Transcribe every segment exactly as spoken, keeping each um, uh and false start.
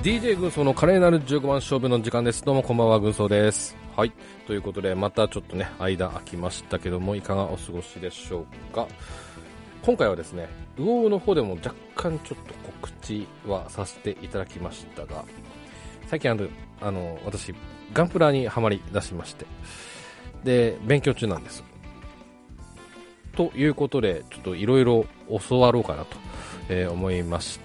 ディージェー 軍曹の華麗なるじゅうごばん勝負の時間です。どうもこんばんは、軍曹です。はい、ということでまたちょっとね間空きましたけども、いかがお過ごしでしょうか。今回はですね、ウオウの方でも若干ちょっと告知はさせていただきましたが、最近あるあの私ガンプラにはまり出しまして、で勉強中なんです。ということでちょっといろいろ教わろうかなと、えー、思いまして、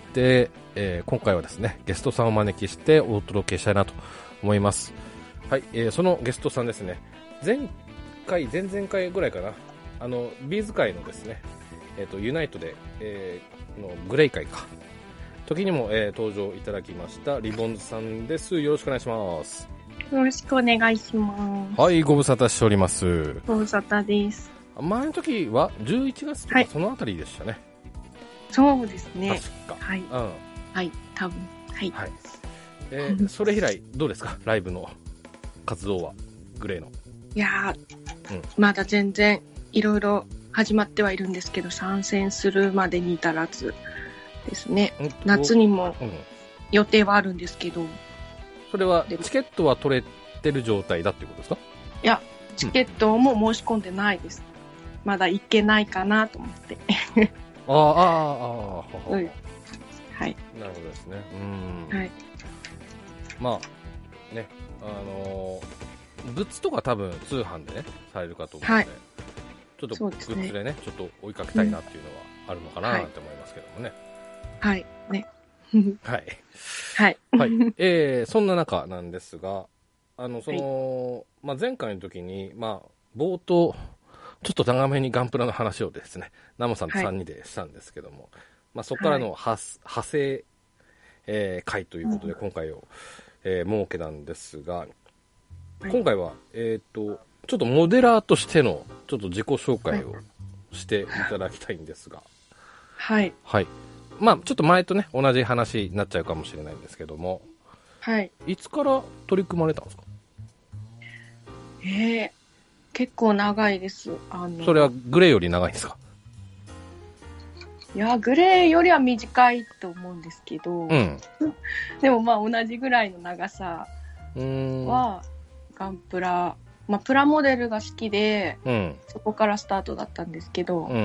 えー、今回はですねゲストさんをお招きしてお届けしたいなと思います。はい、えー、そのゲストさんですね、前回前々回ぐらいかな、あのビーズ界のですね、えーとユナイトで、えー、のグレイ会か時にも、えー、登場いただきましたリボンズさんです。よろしくお願いします。 よろしくお願いします。 はい、ご無沙汰しております。 ご無沙汰です。 前の時はじゅういちがつとかそのあたりでしたね、はい、 そうですね、 確か、 はい、うん、はい、多分、はい、はい、 えー、それ以来どうですか、ライブの活動は、グレーの。 いやー、うん、まだ全然いろいろ始まってはいるんですけど、参戦するまでに至らずですね、うん、夏にも予定はあるんですけど、うん、 それはチケットは取れてる状態だっていうことですか？ いや、チケットも申し込んでないです、うん、まだ行けないかなと思ってああああああ、 うん、はい、 なるほどですね。うん、 はい、 まあね、あのー、グッズとか多分通販でねされるかと思うので、はい、ちょっとグッズでね、ちょっと追いかけたいなっていうのはあるのかなって思いますけどもね。 はい、ねはいはいはい、えー、そんな中なんですが、あのその、はい、まあ、前回の時に、まあ、冒頭ちょっと長めにガンプラの話をですねナモさんとさんにんでしたんですけども、はい、まあ、そこからの派、はい、派生、えー、会ということで今回を、えー、設けたんですが、はい、今回は、えーと、ちょっとモデラーとしてのちょっと自己紹介をしていただきたいんですが、 はい、 はい、まあ、ちょっと前とね同じ話になっちゃうかもしれないんですけども、 はい、 いつから取り組まれたんですか？ えー、結構長いです。あのそれはグレーより長いんですか？ いや、グレーよりは短いと思うんですけど、うん、でもまあ同じぐらいの長さはガンプラ、まあ、プラモデルが好きで、うん、そこからスタートだったんですけど、うんうんうん、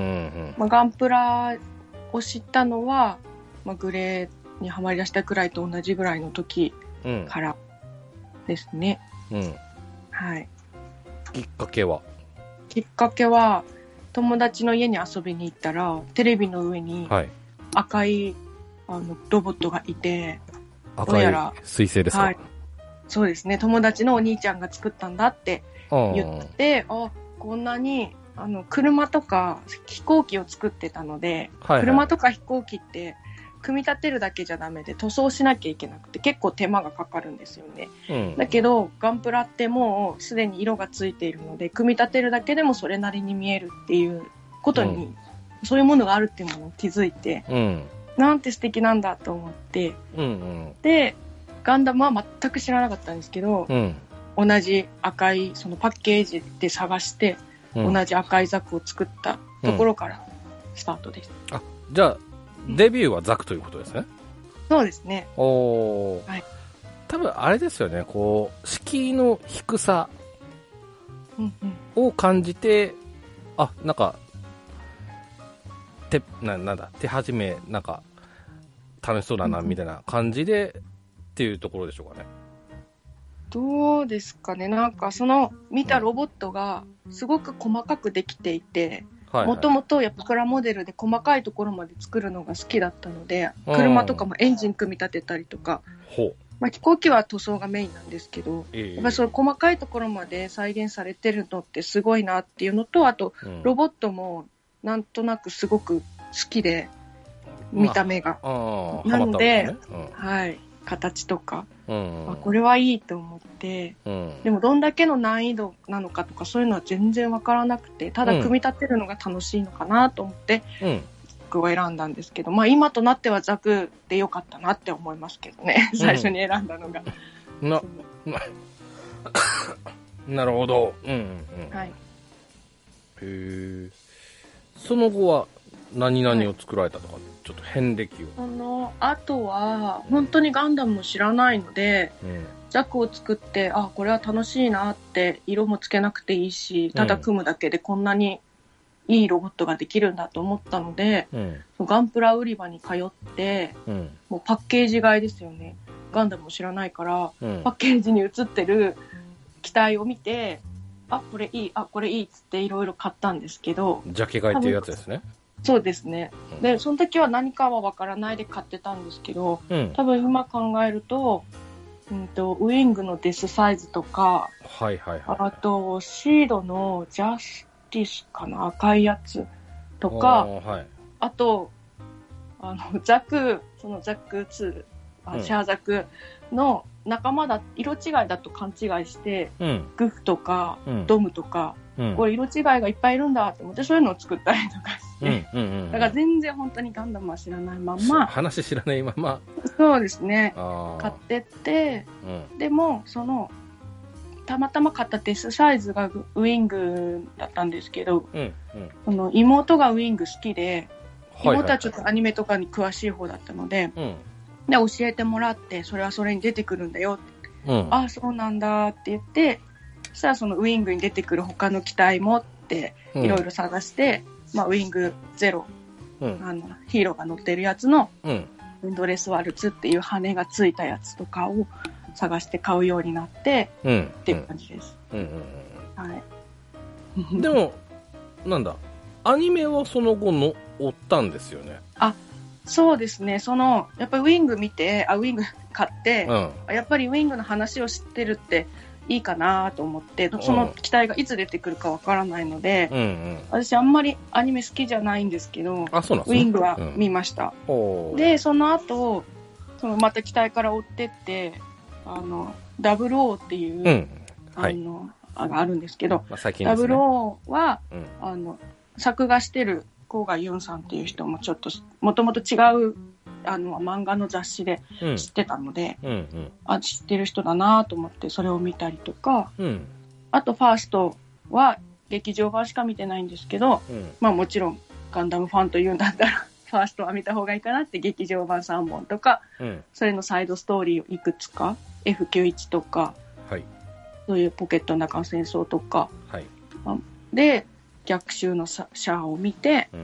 まあ、ガンプラを知ったのは、まあ、グレーにはまりだしたくらいと同じぐらいの時からですね、うん、はい。 きっかけはきっかけは友達の家に遊びに行ったらテレビの上に赤い、はい、あのロボットがいて、 赤い彗星ですか？はい、 そうですね、友達のお兄ちゃんが作ったんだって言って、あ、こんなにあの車とか飛行機を作ってたので、はいはい、車とか飛行機って組み立てるだけじゃダメで塗装しなきゃいけなくて結構手間がかかるんですよね、うん、だけどガンプラってもうすでに色がついているので組み立てるだけでもそれなりに見えるっていうことに、うん、そういうものがあるっていうものに気づいて、うん、なんて素敵なんだと思って、うんうん、でガンダムは全く知らなかったんですけど、うん、同じ赤いそのパッケージで探して、うん、同じ赤いザクを作ったところからスタートです、 うん、あ、じゃあデビューはザクということですね。 そうですね。 おー、はい、多分あれですよね、こう敷居の低さを感じて、うんうん、あ、なんか手な、なんだ手始めなんか楽しそうだなみたいな感じで、うん、っていうところでしょうかね。 どうですかね、なんかその見たロボットがすごく細かくできていて、もともとやっぱプラモデルで細かいところまで作るのが好きだったので、車とかもエンジン組み立てたりとか、まあ、飛行機は塗装がメインなんですけど、えー、やっぱそういう細かいところまで再現されてるのってすごいなっていうのと、あとロボットもなんとなくすごく好きで、見た目が、まあ、なので、ね、うん、はい、形とか、うんうん、これはいいと思って、うん、でもどんだけの難易度なのかとかそういうのは全然わからなくて、ただ組み立てるのが楽しいのかなと思って、うん、ザクを選んだんですけど、まあ、今となってはザクでよかったなって思いますけどね、最初に選んだのが、 うん、な, なるほど、うんうんうん、はい、へー、その後は何々を作られたとか、はい、ちょっと遍歴を。 そのあとは本当にガンダムも知らないので、うん、ジャックを作ってあこれは楽しいなって、色もつけなくていいしただ組むだけでこんなにいいロボットができるんだと思ったので、うん、ガンプラ売り場に通って、うん、もうパッケージ買いですよね。ガンダムも知らないから、うん、パッケージに写ってる機体を見て、あこれいいあこれいいっつっていろいろ買ったんですけど、 ジャケ買いっていうやつですね。 そうですね、うん、でその時は何かは分からないで買ってたんですけど、うん、多分今考えると、うんと、ウィングのデスサイズとか、 はいはいはい、 あとシードのジャスティスかな、赤いやつとか、はい、あとあのザクそのザクツー、うん、シャーザクの仲間だ色違いだと勘違いして、うん、グフとか、うん、ドムとか、うん、これ色違いがいっぱいいるんだと思ってそういうのを作ったりとかして、うんうんうんうん、だから全然本当にガンダムは知らないまま話知らないままそうですね買ってって、うん、でもそのたまたま買ったデスサイズがウィングだったんですけど、うんうん、その妹がウィング好きで、妹はちょっとアニメとかに詳しい方だったので、うんで教えてもらってそれはそれに出てくるんだよって、うん、ああそうなんだって言って、そしたらそのウィングに出てくる他の機体もっていろいろ探して、うんまあ、ウィングゼロ、うん、あのヒーローが乗ってるやつの、うん、ウンドレスワルツっていう羽がついたやつとかを探して買うようになって、うん、っていう感じです、うんうんうんはい、 でもなんだアニメはその後の追ったんですよね。 あそうですね、そのやっぱりウィング見てあウィング買って、うん、やっぱりウィングの話を知ってるっていいかなと思って、その機体がいつ出てくるかわからないので、うんうん、私あんまりアニメ好きじゃないんですけど、 あそうなんですね、 ウィングは見ました、うん、でその後そのまた機体から追ってってあのダブルオーっていう、うんはい、あのあがあるんですけど、まあ最近ですね、ダブルオーは、うん、あの作画してる甲賀ユンさんっていう人もちょっともともと違うあの漫画の雑誌で知ってたので、うんうんうん、あ知ってる人だなと思ってそれを見たりとか、うん、あとファーストは劇場版しか見てないんですけど、うん、まあもちろんガンダムファンというんだったらファーストは見た方がいいかなって劇場版さんぼんとか、うん、それのサイドストーリーをいくつか エフきゅうじゅういち とか、はい、そういうポケットの中の戦争とか、はい、で逆襲のシャアを見て、うん、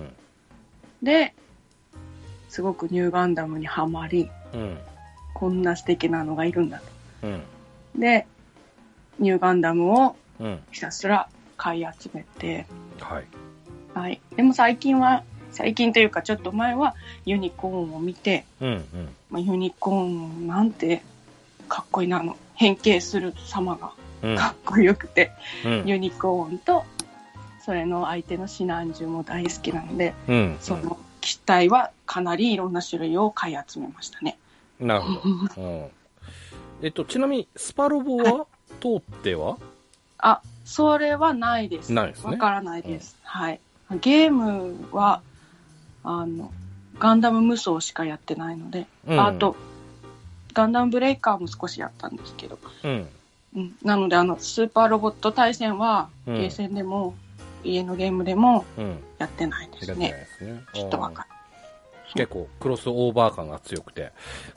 ですごくニューガンダムにはまり、うん、こんな素敵なのがいるんだと、うん、でニューガンダムをひたすら買い集めて、うんはいはい、でも最近は最近というかちょっと前はユニコーンを見て、うんうんまあ、ユニコーンなんてかっこいいなあの変形する様がかっこよくて、うん、ユニコーンとそれの相手のシナンジュも大好きなので、うんうん、その機体はかなりいろんな種類を買い集めましたね。 なるほど、うんえっと、ちなみにスパロボは、はい、通ってはあそれはないです。ないですね。わからないです、うんはい、ゲームはあのガンダム無双しかやってないので、うん、あとガンダムブレイカーも少しやったんですけど、うんうん、なのであのスーパーロボット対戦は、うん、ゲーセンでも家のゲームでもやってないですね、うん、ですねきっとわかる。 結構クロスオーバー感が強くて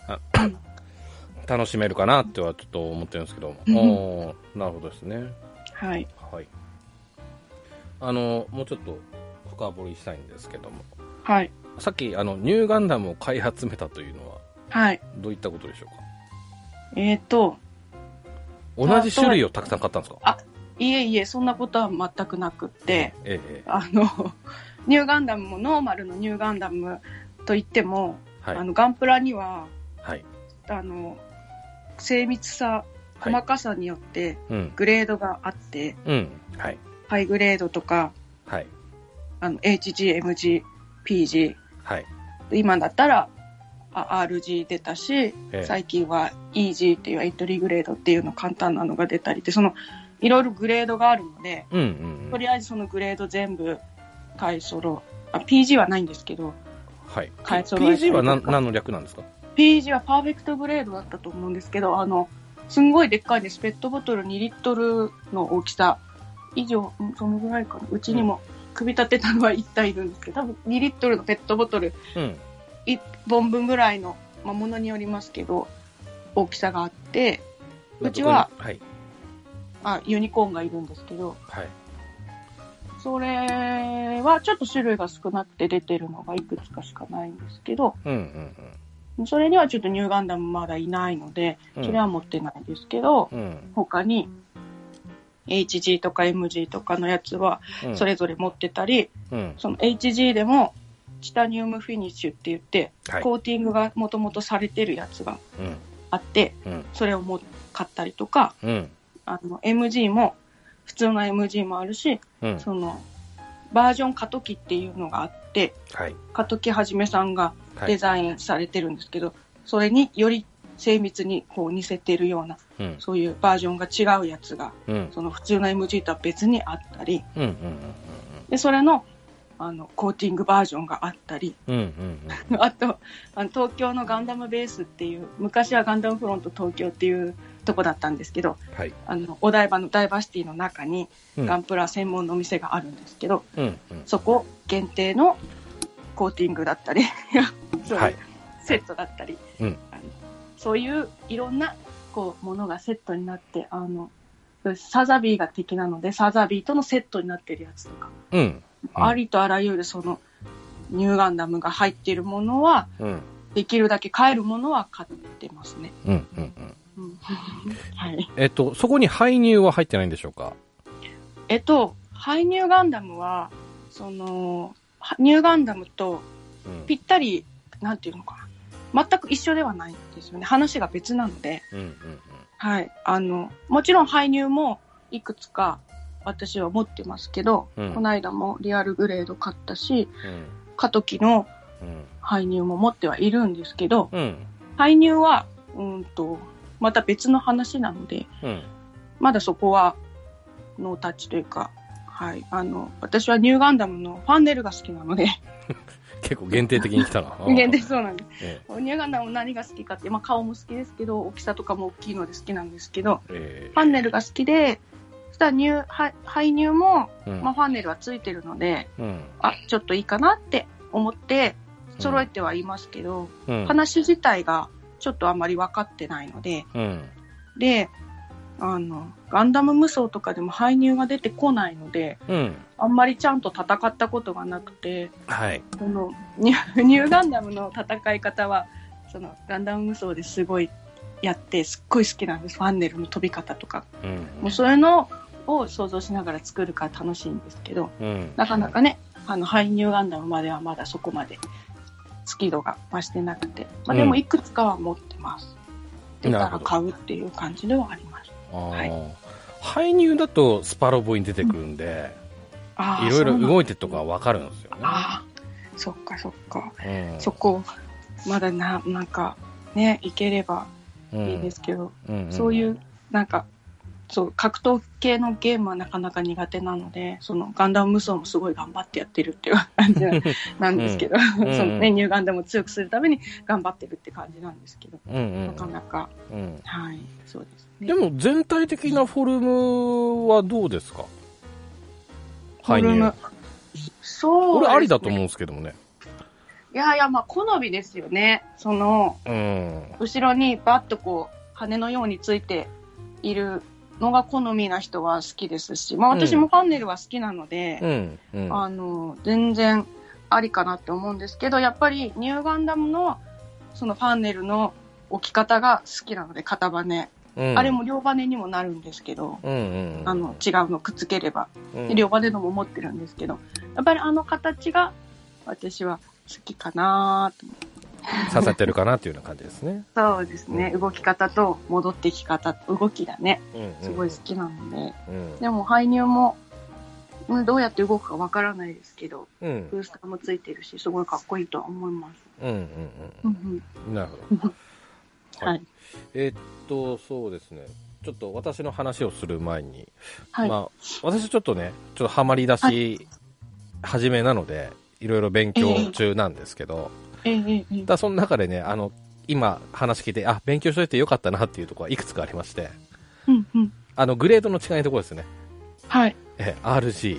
楽しめるかなってはちょっと思ってるんですけどもなるほどですね。はい、はい、あのもうちょっと深掘りしたいんですけども、はい、さっきあのニューガンダムを買い集めたというのは、はい、どういったことでしょうか。 えーと同じ種類をたくさん買ったんですか。 あいえいえそんなことは全くなくって、ええ、あのニューガンダムもノーマルのニューガンダムといっても、はい、あのガンプラには、はい、あの精密さ細かさによってグレードがあって、はいうんはい、ハイグレードとか、はい、あの エイチジー、エムジー、ピージー、はい、今だったらアールジー 出たし、ええ、最近は イージー っていうエントリーグレードっていうの簡単なのが出たりってそのいろいろグレードがあるので、うんうんうん、とりあえずそのグレード全部買い揃あ ピージー はないんですけど、はい、買い揃え ピージー は 何, 何の略なんですか。 ピージー はパーフェクトグレードだったと思うんですけどあのすんごいでっかいです。ペットボトルにリットルの大きさ以上そのぐらいかな。うちにも組み立てたのはいち体いるんですけど、多分にリットルのペットボトルいっぽんぶんぐらいの、まあ、ものによりますけど大きさがあって、うちは、はい、あユニコーンがいるんですけど、はい、それはちょっと種類が少なくて出てるのがいくつかしかないんですけど、うんうんうん、それにはちょっとニューガンダムまだいないので、それは持ってないんですけど、うん、他にエイチジー とか エムジー とかのやつはそれぞれ持ってたり、うん、その エイチジー でもチタニウムフィニッシュって言って、はい、コーティングがもともとされてるやつがあって、うん、それをも買ったりとか、うん、あの エムジー も普通の エムジー もあるし、うん、そのバージョン過渡期っていうのがあって、はい、過渡期はじめさんがデザインされてるんですけど、はい、それにより精密にこう似せてるような、うん、そういうバージョンが違うやつが、うん、その普通の エムジー とは別にあったり、うんうんうんうん、でそれのあのコーティングバージョンがあったり、うんうんうん、あとあの東京のガンダムベースっていう、昔はガンダムフロント東京っていうとこだったんですけど、はい、あのお台場のダイバーシティの中にガンプラ専門のお店があるんですけど、うんうん、そこ限定のコーティングだったりそういうセットだったり、はい、あのそういういろんなこうものがセットになって、あのサザビーが敵なのでサザビーとのセットになってるやつとか、うんうん、ありとあらゆるそのニューガンダムが入っているものは、うん、できるだけ買えるものは買ってますね。うんうんうん、はい。 えっとそこに排入は入ってないんでしょうか？ えっと排入ガンダムはそのニューガンダムとぴったり、うん、なんていうのかな、全く一緒ではないんですよね。話が別なので、うんうんうん、はい。あのもちろん排入もいくつか私は持ってますけど、うん、この間もリアルグレード買ったし、うん、過渡期の排入も持ってはいるんですけど、うん、排入はうんとまた別の話なので、うん、まだそこはノータッチというか、はい、あの私はニューガンダムのファンネルが好きなので結構限定的に来たな。 限定そうなんです、ええ、ニューガンダム何が好きかって、まあ、顔も好きですけど大きさとかも大きいので好きなんですけど、えー、ファンネルが好きで、そしたら入排入も、うんまあ、ファンネルはついてるので、うん、あちょっといいかなって思って揃えてはいますけど、うん、話自体がちょっとあまり分かってないので、うん、であのガンダム無双とかでも排入が出てこないので、うん、あんまりちゃんと戦ったことがなくて、はい、そのニュ、ニューガンダムの戦い方はそのガンダム無双ですごいやってすっごい好きなんです。ファンネルの飛び方とか、うん、もうそういうのを想像しながら作るから楽しいんですけど、うん、なかなかねあの排入ガンダムまではまだそこまでスキルが増してなくて、まあ、でもいくつかは持ってます、うん、出たら買うっていう感じではあります。はい、 排入だとスパロボに出てくるんで、うん、いろいろ動いてとか分かるんですよね。 あそっかそっか、うん、そこまだななんかねいければいいですけど、うんうんうん、そういうなんかそう格闘系のゲームはなかなか苦手なので、そのガンダム無双もすごい頑張ってやってるっていう感じなんですけど、うん、そのねニューガンダムを強くするために頑張ってるって感じなんですけど、うんうん、なかなか、うん、はいそうですね。 でも全体的なフォルムはどうですか？ フォルムそう、 俺ありだと思うんですけどもね。 いやいやまあ好みですよね。その、うん、後ろにバッとこう羽のようについているのが好みな人は好きですし、まあ、私もファンネルは好きなので、うんうん、あの全然ありかなって思うんですけど、やっぱりニューガンダムのそのファンネルの置き方が好きなので、肩バネ、うん、あれも両バネにもなるんですけど、うんうんうん、あの違うのくっつければ、うん、で両バネのも持ってるんですけど、やっぱりあの形が私は好きかなと思って。 刺さってるかなっていうような感じですね。 そうですね、うん、動き方と戻ってき方、動きがね、うんうん、すごい好きなので、うん、でも排入も、うん、どうやって動くかわからないですけど、うん、ブースターもついてるしすごいかっこいいとは思います。うんうんうんうん、なるほどはい、はい、えー、っとそうですね、ちょっと私の話をする前に、はい、まあ私ちょっとねちょっとハマり出し始めなので、いろいろ勉強中なんですけど、えーえー、だその中でね、あの今話聞いて、あ勉強しといてよかったなっていうところはいくつかありまして、うんうん、あのグレードの違いのところですね。はい。え アールジー、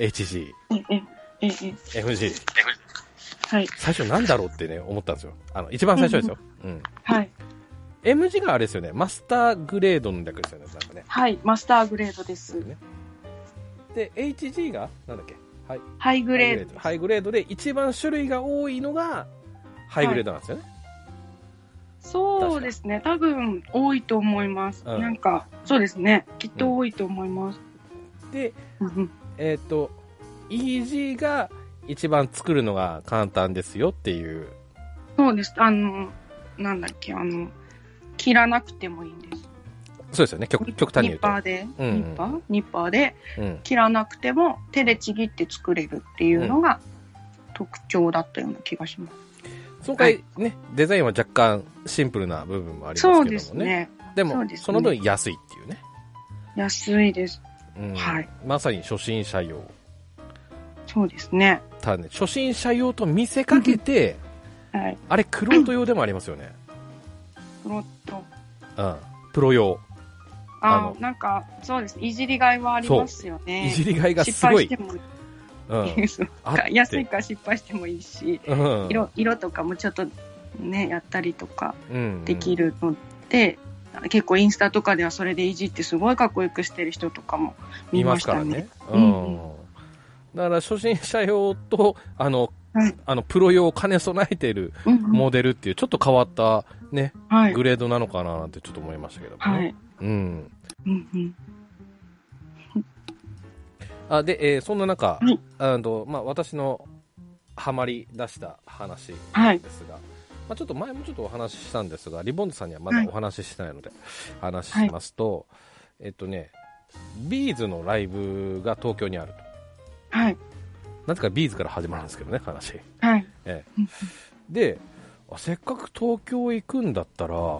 エイチジー。 え、え、え、え、 エムジー。 はい。 最初なんだろうってね、思ったんですよ。あの、一番最初ですよ。うん。うん、 はい。 エムジー があれですよね。マスターグレードの略ですよね。なんかね。 はい。マスターグレードです。ね、 で、エイチジー が、なんだっけ、はい。 ハイグレード。 ハイグレードで一番種類が多いのが、ハイグレードなんですよね。はい、 そうですね。多分、多いと思います。うん、なんか、そうですね。きっと多いと思います。 うん、で、えっ、ー、と、イージー が一番作るのが簡単ですよっていう。 そうです。あの、なんだっけ、あの、切らなくてもいいんです。 そうですよね。極、極端に言うと。 ニッパーで、うん、ニッパーニッパーで、切らなくても手でちぎって作れるっていうのが特徴だったような気がします。 うん、その回ね、はい、デザインは若干シンプルな部分もありますけどもね。そうですね。でも、そ, で、ね、その分安いっていうね。 安いです。 うん、 はい。 まさに初心者用。 そうですね。 ただね、初心者用と見せかけて、はい、あれ、クロート用でもありますよね。 クロート。 うん。プロ用。 ああ、なんか、そうです。いじりがいはありますよね。 いじりがいがすごい。 失敗してもいい。うん、安いから失敗してもいいし、うん、色、色とかもちょっとね、やったりとかできるので、うんうん、結構インスタとかではそれでいじってすごいかっこよくしてる人とかも見ましたね。いますからね。うん。うん、 だから初心者用と、あの、はい、あのプロ用を兼ね備えているモデルっていうちょっと変わったね、はい、グレードなのかななんてちょっと思いましたけどもね。はい、うん。うんうん。あで、えー、そんな中、はい、あのまあ、私のハマり出した話ですが、はい、まあ、ちょっと前もちょっとお話ししたんですが、リボンドさんにはまだお話ししてないので、はい、話しますと、えっとね、ビーズのライブが東京にあると。はい。なぜかビーズから始まるんですけどね、話。はい。ええ、で、せっかく東京行くんだったら、うん、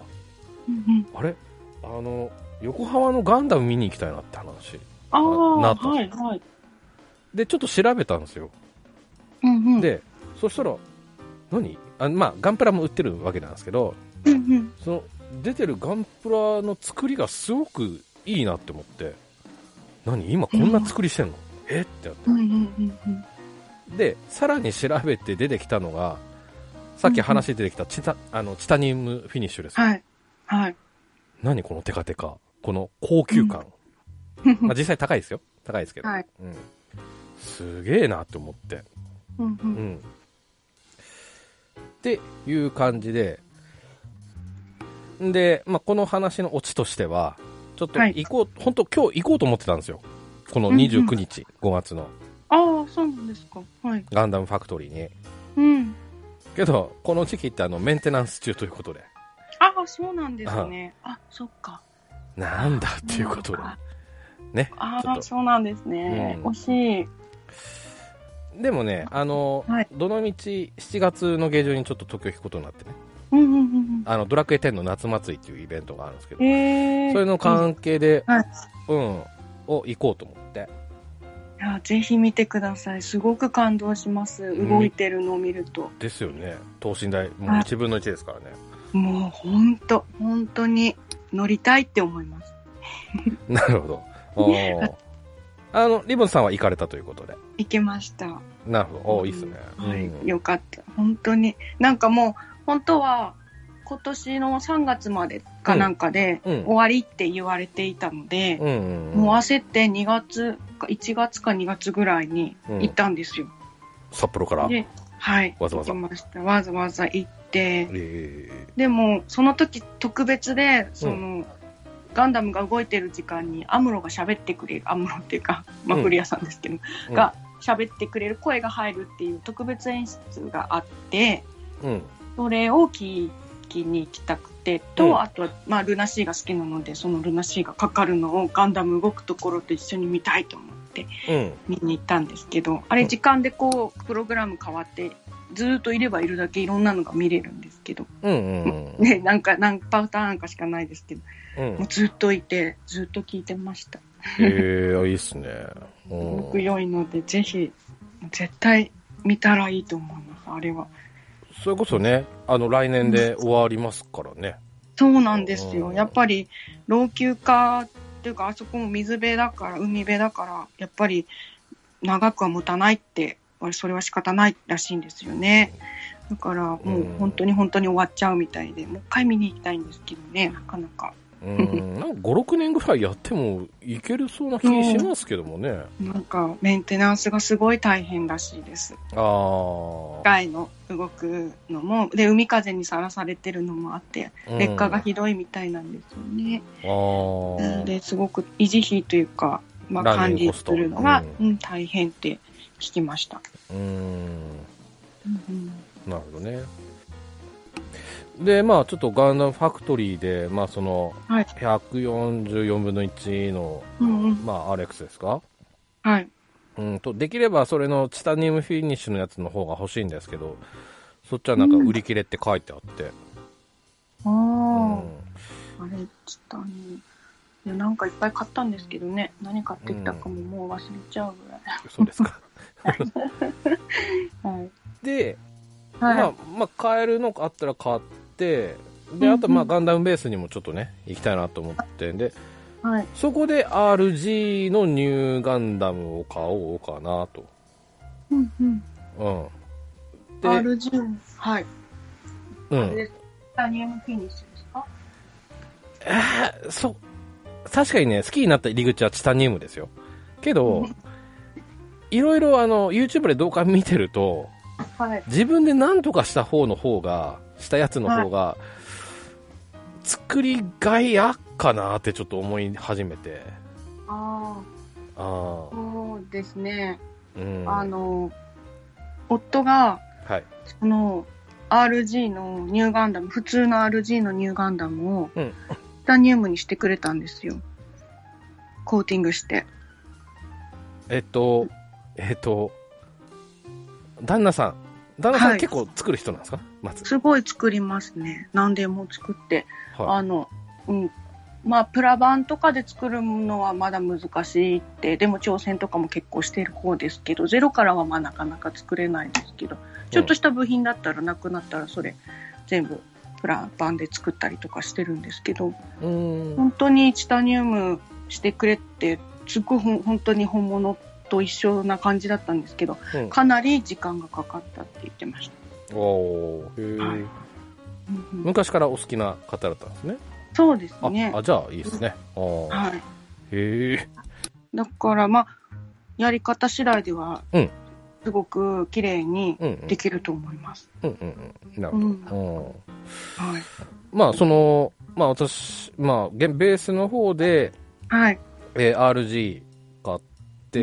あれあの、横浜のガンダム見に行きたいなって話。ああ、なったんですよ。はいはい。で、ちょっと調べたんですよ。うんうん、で、そしたら、何あまあ、ガンプラも売ってるわけなんですけど、うんうん、その、出てるガンプラの作りがすごくいいなって思って、何今こんな作りしてんの、うん、えってやって、うんうんうんうん。で、さらに調べて出てきたのが、さっき話出てきたチタ、あのチタニウムフィニッシュです。はい。はい。何このテカテカ。この高級感。うん、まあ実際高いですよ。高いですけど。はい。うん。すげえなって思って。うん、うん。うん。っていう感じで。で、まあこの話のオチとしては、ちょっと行こう、はい、本当今日行こうと思ってたんですよ。このにじゅうくにち、うんうん、ごがつの。 ああ、そうなんですか。はい。 ガンダムファクトリーに。うん。けど、この時期ってあの、メンテナンス中ということで。 ああ、そうなんですね。あ、そっか。 なんだっていうことで。ね。 ああ、そうなんですね。うん、惜しい。 でもね、あの、はい、どのみちしちがつの下旬にちょっと東京行くことになってね。うんうんうん、あの、ドラクエテンの夏祭りっていうイベントがあるんですけど、えー、それの関係で、はい、うん、を行こうと思って。 いや、ぜひ見てください。すごく感動します。動いてるのを見ると。 ですよね。等身大、もういちぶんのいちですからね。 もう本当、本当に乗りたいって思います。 なるほど。おあの、リボンさんは行かれたということで。 行きました。 なるほど。おいいっすね。 はい、うん、よかった。本当に。なんかもう、本当は、今年のさんがつまでかなんかで、終わりって言われていたので、うんうんうん、もう焦ってにがつか、いちがつかにがつぐらいに行ったんですよ。 うん、札幌からで、はい。わざわざ。行きました。わざわざ行って、えー、でも、その時特別で、その、うん、ガンダムが動いてる時間にアムロが喋ってくれる、アムロっていうか、まあ、古谷さんですけど、うん、が喋ってくれる声が入るっていう特別演出があって、うん、それを聞きに行きたくてと、うん、あとは、まあ、ルナシーが好きなので、そのルナシーがかかるのをガンダム動くところと一緒に見たいと思って見に行ったんですけど、うん、あれ時間でこうプログラム変わってずっといればいるだけいろんなのが見れるんですけど、うんうんうん、ね、なんか何パターンかしかないですけど、うん、もうずっといてずっと聞いてました。 へえ、いいっすね。 すごく良いので、ぜひ絶対見たらいいと思います。あれはそれこそね、あの来年で終わりますからね。 そうなんですよ。やっぱり老朽化っていうか、あそこも水辺だから、海辺だから、やっぱり長くは持たないって、それは仕方ないらしいんですよね。だからもう本当に本当に終わっちゃうみたいで、もう一回見に行きたいんですけどね、なかなか。 うんなんかご、ろくねんぐらいやってもいけるそうな気しますけどもね。 なんかメンテナンスがすごい大変らしいです。 ああ。 機械の動くのも、で、海風にさらされてるのもあって、劣化がひどいみたいなんですよね。ああ。で、すごく維持費というか、まあ、管理するのが、うんうん、大変って聞きました。 うーん。うんうん、なるほどね。で、まあ、ちょっとガンダムファクトリーで、まあ、その、ひゃくよんじゅうよんぶんのいちの、うんうん、まあ、アールエックス ですか？ はい。 うんと、できればそれのチタニウムフィニッシュのやつの方が欲しいんですけど、そっちはなんか売り切れって書いてあって。 うん、ああ、うん、あれ、チタニウム。いや、なんかいっぱい買ったんですけどね、何買ってきたかももう忘れちゃうぐらい。 うん、そうですか。 はい。 で、はい、まあ、まあ、買えるのあったら買って、で、あと、まあ、ガンダムベースにもちょっとね、行きたいなと思って、で、はい、そこで アールジー のニューガンダムを買おうかなと。 うんうん。うん。で、アールジー、はい。うん。チタニウムフィニッシュですか？ えー、そう。確かにね、好きになった入り口はチタニウムですよ。けど、いろいろあの、YouTube で動画見てると、はい、自分で何とかした方の方が、したやつの方が、はい、作りがいあっかなってちょっと思い始めて。 ああ。そうですね。うん、あの、夫が、はい、その、アールジー のニューガンダム、普通の アールジー のニューガンダムを、うん、チタニウムにしてくれたんですよ。コーティングして。 えっと、えっと、旦那さん。旦那さん、はい、結構作る人なんですか？まず。 すごい作りますね。何でも作って。はい、あの、うん。まあ、プラ板とかで作るのはまだ難しいって、でも挑戦とかも結構している方ですけど、ゼロからはまあなかなか作れないですけど、ちょっとした部品だったらなくなったらそれ全部プラ板で作ったりとかしてるんですけど、うん本当にチタニウムしてくれって、すごい本当に本物と一緒な感じだったんですけど、うん、かなり時間がかかったって言ってました。 おー、へー、はい、昔からお好きな方だったんですね。 そうですね。 あ、あじゃあいいですね。はい。へえ。 だからまあやり方次第では、うん、すごく綺麗にできると思います。 うんうんうん。なるほど。うんはい。まあそのまあ私まあベースの方で、はい。えー、アールジー 買って、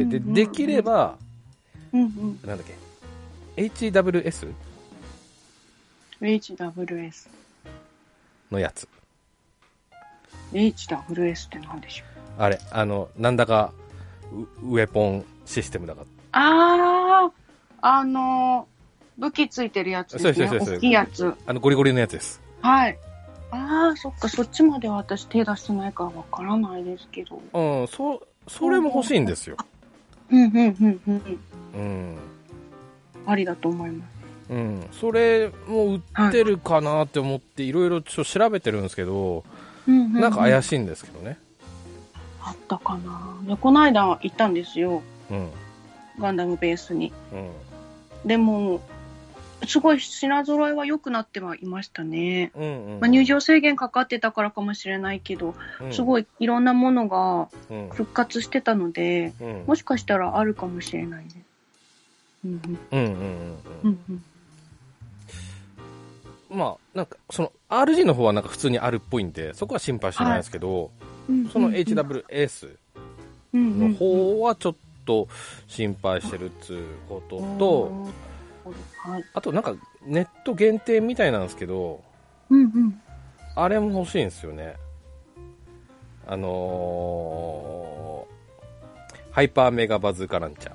うんうんうん、でできれば、うんうん、なんだっけ エイチダブリューエス？ エイチダブリューエスのやつ。 エイチダブリューエス って何でしょう？ あれ、あの、なんだかウ、ウェポンシステムだから。 ああ、あの、武器ついてるやつですね。そうそうそうそう。大きいやつ。 あの、ゴリゴリのやつです。 はい。ああ、そっか、そっちまでは私手出してないからわからないですけど。 うん、そ、それも欲しいんですよ。 うん、うん、うん、うん。うん。ありだと思います。 うん。それも売ってるかなって思って、いろいろちょっと調べてるんですけど、うんうんうん、なんか怪しいんですけどね。 あったかな。でこの間行ったんですよ。うん。ガンダムベースに。うん。でも、すごい品揃えは良くなってはいましたね。うんうんうん、まあ、入場制限かかってたからかもしれないけど、うん、すごいいろんなものが復活してたので、うん、もしかしたらあるかもしれないね。うんうんうんうんうんうん。 まあ、なんか、その、アールジー の方はなんか普通にあるっぽいんで、そこは心配してないですけど、はい、その エイチダブリューエス の方はちょっと心配してるっつうことと、はい、あとなんか、ネット限定みたいなんですけど、うんうん、あれも欲しいんですよね。あのー、ハイパーメガバズーカランチャー。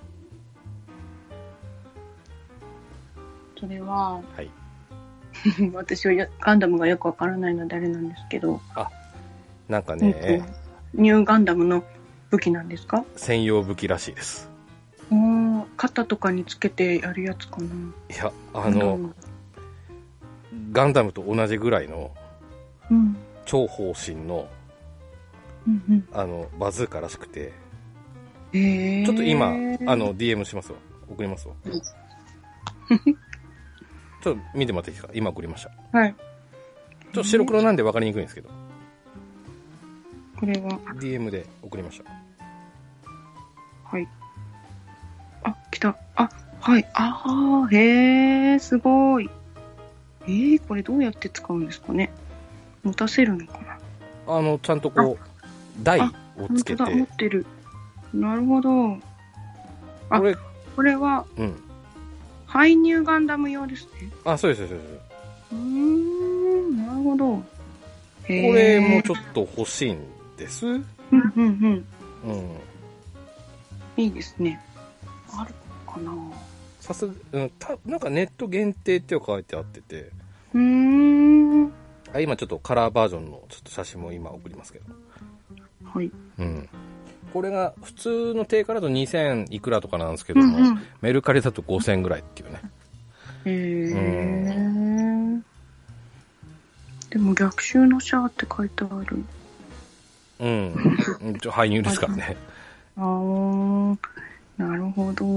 それは、はい。私はガンダムがよくわからないのであれなんですけど、 あ、なんかね、 ニューガンダムの武器なんですか？ 専用武器らしいです。 おー、肩とかにつけてやるやつかな。いや、あのガンダムと同じぐらいの、うん、超方針の、うんうん、あのバズーカらしくて、 えー、 ちょっと今、あの、ディーエム しますわ。送りますわ。ちょっと見てもらっていいですか？今送りました。 はい。ちょっと白黒なんで分かりにくいんですけど。 これはディーエム で送りました。 はい。あ、来た。あ、はい。ああ、へえ、すごい。えー、これどうやって使うんですかね。持たせるのかな。 あの、ちゃんとこう、台をつけて。 本当だ、持ってる。なるほど。あ、これ、これは、うん。排入ガンダム用ですね。 あ、そうです、そうです。 うーん、なるほど。 へこれもちょっと欲しいんです。うん、 うん、うん。うん。いいですね。あるかな。 さすが、うん、た、なんかネット限定って書いてあってて。 うーん。 あ、今ちょっとカラーバージョンのちょっと写真も今送りますけど。 はい。 うん。これが普通の定価だとにせんいくらとかなんですけども、うんうん、メルカリだとごせんぐらいっていうね。 へー。うん。でも逆襲のシャーって書いてある。 うん。ちょ排入ですからね。 あー、なるほど。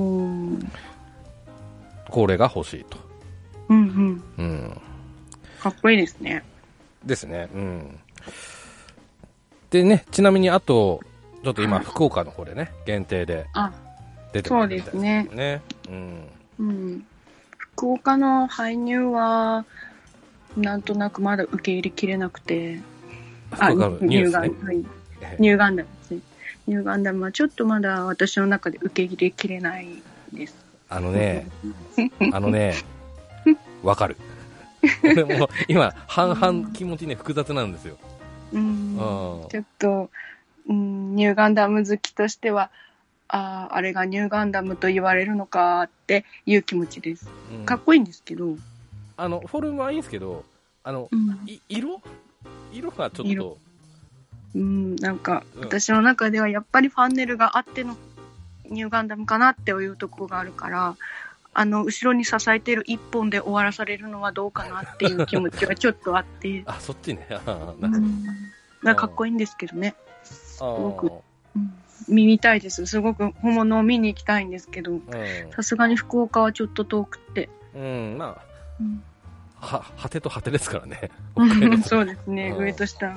これが欲しいと。 うんうん。 うん。 かっこいいですね。 ですね。うん。でね、ちなみにあと、ちょっと今、福岡の方でね、限定で出てますね。 そうですね。 ね。うん。 うん。福岡の排入は、なんとなくまだ受け入れきれなくて。 福岡のニュースね。 はい。ニューガンダムですね。ニューガンダムはちょっとまだ私の中で受け入れきれないです。 あのね、あのね、わかる。俺も今、半々気持ちね、複雑なんですよ。 うん。ちょっと、うん、ニューガンダム好きとしては、ああ、あれがニューガンダムと言われるのかっていう気持ちです。うん、かっこいいんですけど。 あの、フォルムはいいんですけど、あの、うん、い色色がちょっと。 うん、なんか、うん、私の中ではやっぱりファンネルがあってのニューガンダムかなっていうところがあるから、あの、後ろに支えてる一本で終わらされるのはどうかなっていう気持ちがちょっとあって。 あ、そっちね。 なんか、うん、なんかかっこいいんですけどね。すごく、うん、見たいです。すごく本物を見に行きたいんですけど、さすがに福岡はちょっと遠くって。 うん、まあ、うん、は、果てと果てですからね。 そうですね、上と下。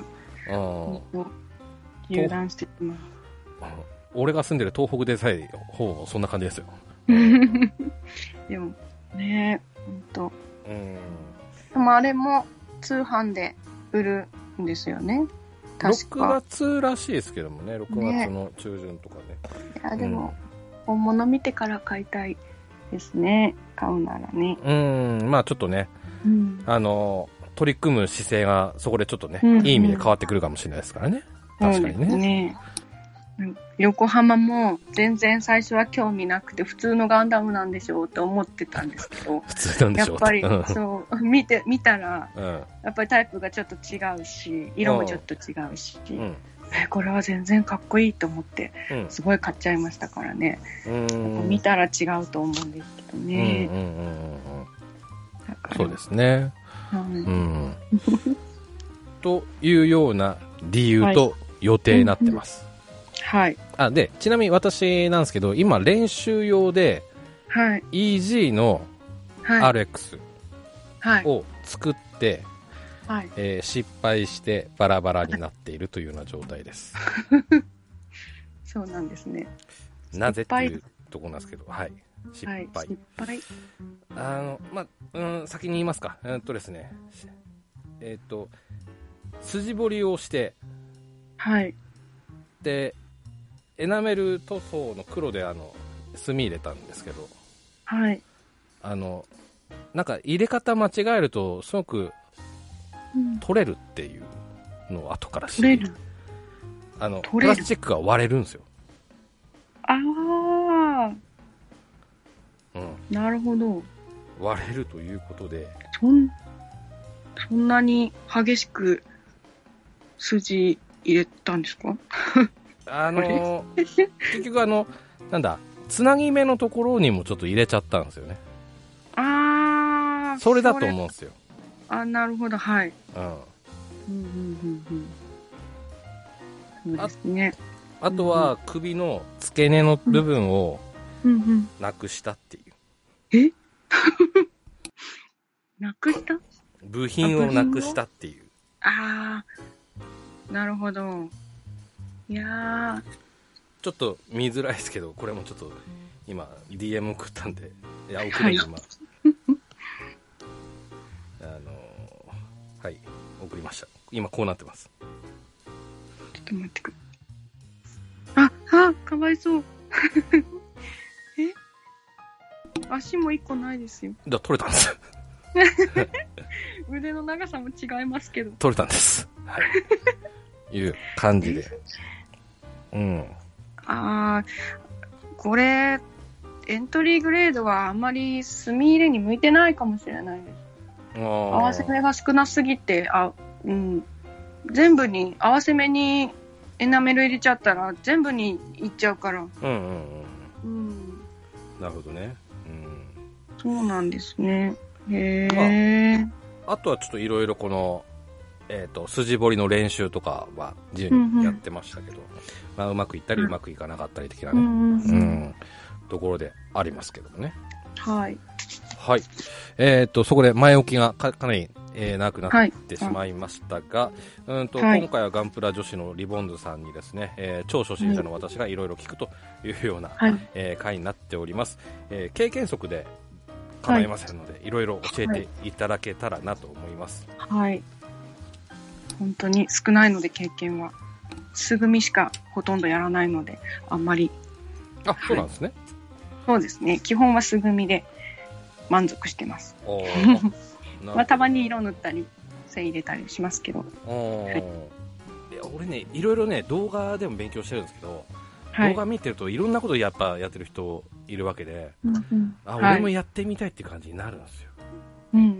油断してきます。 俺が住んでる東北でさえ、ほぼそんな感じですよ。 でも、ねえ、ほんと。うん。でもあれも通販で売るんですよね。確か。 ろくがつらしいですけどもね、ろくがつの中旬とかね。 いや、でも、うん、本物見てから買いたいですね。買うならね。 うん、まあちょっとね、うん、あの、取り組む姿勢がそこでちょっとね、うんうん、いい意味で変わってくるかもしれないですからね。確かにね。 ね、横浜も全然最初は興味なくて普通のガンダムなんでしょうって思ってたんですけど、 普通なんでしょうやっぱりそう見て見たら、うん、やっぱりタイプがちょっと違うし、色もちょっと違うし、うん、えこれは全然かっこいいと思ってすごい買っちゃいましたからね。うん、見たら違うと思うんですけどね。うんうんうんうん、 そうですね。はい、うん、というような理由と予定になってます。はい、 はい。 あ、で、ちなみに私なんですけど、今練習用で、 はい。 イージー の アールエックス を作って、はい。えー、失敗してバラバラになっているというような状態です。 そうなんですね。 なぜっていうところなんですけど、はい。失敗。はい、 失敗。 あの、ま、うん、先に言いますか。えー、っとですね、えー、っと、筋彫りをして、 はい。 で、エナメル塗装の黒であの墨入れたんですけど、 はい、 あのなんか入れ方間違えるとすごく取れるっていうのを後から知り、あのプラスチックが割れるんですよ。 ああ、うん、なるほど。 割れるということで、 そんそんなに激しく筋入れたんですか？ あのー、結局あのなんだつなぎ目のところにもちょっと入れちゃったんですよね。 ああ、 それだと思うんですよ。 あ、なるほど、はい。うん。うんうんうんうん。そうですね。 あとは首の付け根の部分をなくしたっていう。 うんうん、えなくした部品をなくしたっていう。 ああ、なるほど。いやー。 ちょっと見づらいですけど、これもちょっと今 ディーエム 送ったんで、いや、送るんで、まあ。あのー、はい、送りました。今こうなってます。 ちょっと待ってくれ。あ、あ、かわいそう。え足も一個ないですよ。 だ、取れたんです。 腕の長さも違いますけど。 取れたんです。はい。いう感じで。うん。 ああ、これ、エントリーグレードはあんまり墨入れに向いてないかもしれないです。合わせ目が少なすぎて、あ、うん。全部に、合わせ目にエナメル入れちゃったら全部にいっちゃうから。 うんうんうん。うん、なるほどね。 うん。そうなんですね。へえ、まあ。あとはちょっといろいろこの、えっと、筋彫りの練習とかは自由にやってましたけど、うんうん、まあうまくいったりうまくいかなかったり的なね、うん、うん、ところでありますけどもね。 はい。 はい。えっと、そこで前置きが か, かなり、えー、長くなってしまいましたが、はい、うんと、はい、今回はガンプラ女子のリボンズさんにですね、えー、超初心者の私がいろいろ聞くというような、はい、えー、回になっております。えー、経験則で構いませんので、はい、いろいろ教えていただけたらなと思います。 はい。本当に少ないので経験は。素組みしかほとんどやらないので、あんまり。 あ、そうなんですね。 そうですね。基本は素組みで満足してます。まあ、たまに色塗ったり、線入れたりしますけど。はい、 いや俺ね、いろいろね、動画でも勉強してるんですけど、はい、動画見てるといろんなことやっぱやってる人いるわけで、うんうん、あ、俺もやってみたいっていう感じになるんですよ。 うんうんうん。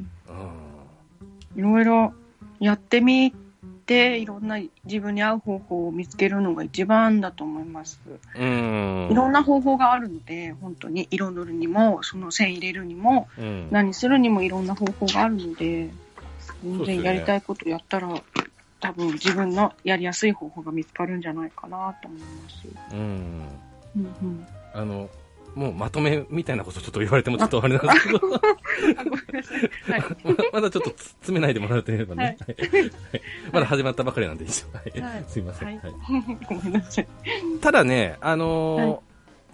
いろいろやってみて、いろんな自分に合う方法を見つけるのが一番だと思います。うん、いろんな方法があるので、本当に色塗るにも、その線入れるにも、うん、何するにもいろんな方法があるので、全然やりたいことやったら、ね、多分自分のやりやすい方法が見つかるんじゃないかなと思います。うん。 うんうん。あの、もうまとめみたいなことちょっと言われてもちょっとあれなんですけど。ごめんなさい。はい、まだちょっと詰めないでもらえればね。はいはい、まだ始まったばかりなんでいいですよ。はい、すいません。はい、 ごめんなさい。 ただね、あのーはい、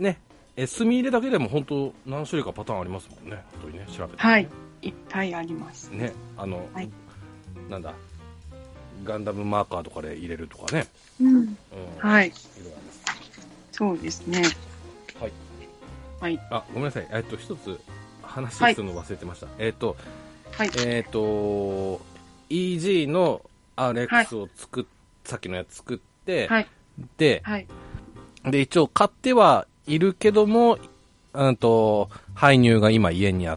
ね、え、墨入れだけでも本当何種類かパターンありますもんね。本当にね、調べて、ね。 はい。いっぱいあります。 ね、あの、はい、なんだ、ガンダムマーカーとかで入れるとかね。うん。うん、 はい。そうですね。 はい。はい、あ、ごめんなさい。えっと、一つ話するの忘れてました。はい、えっと、はい、えっと、イージー の アールエックス を作っ、はい、さっきのやつ作って、はい、で、はい、で、一応買ってはいるけども、うんと、搬入が今家にあって、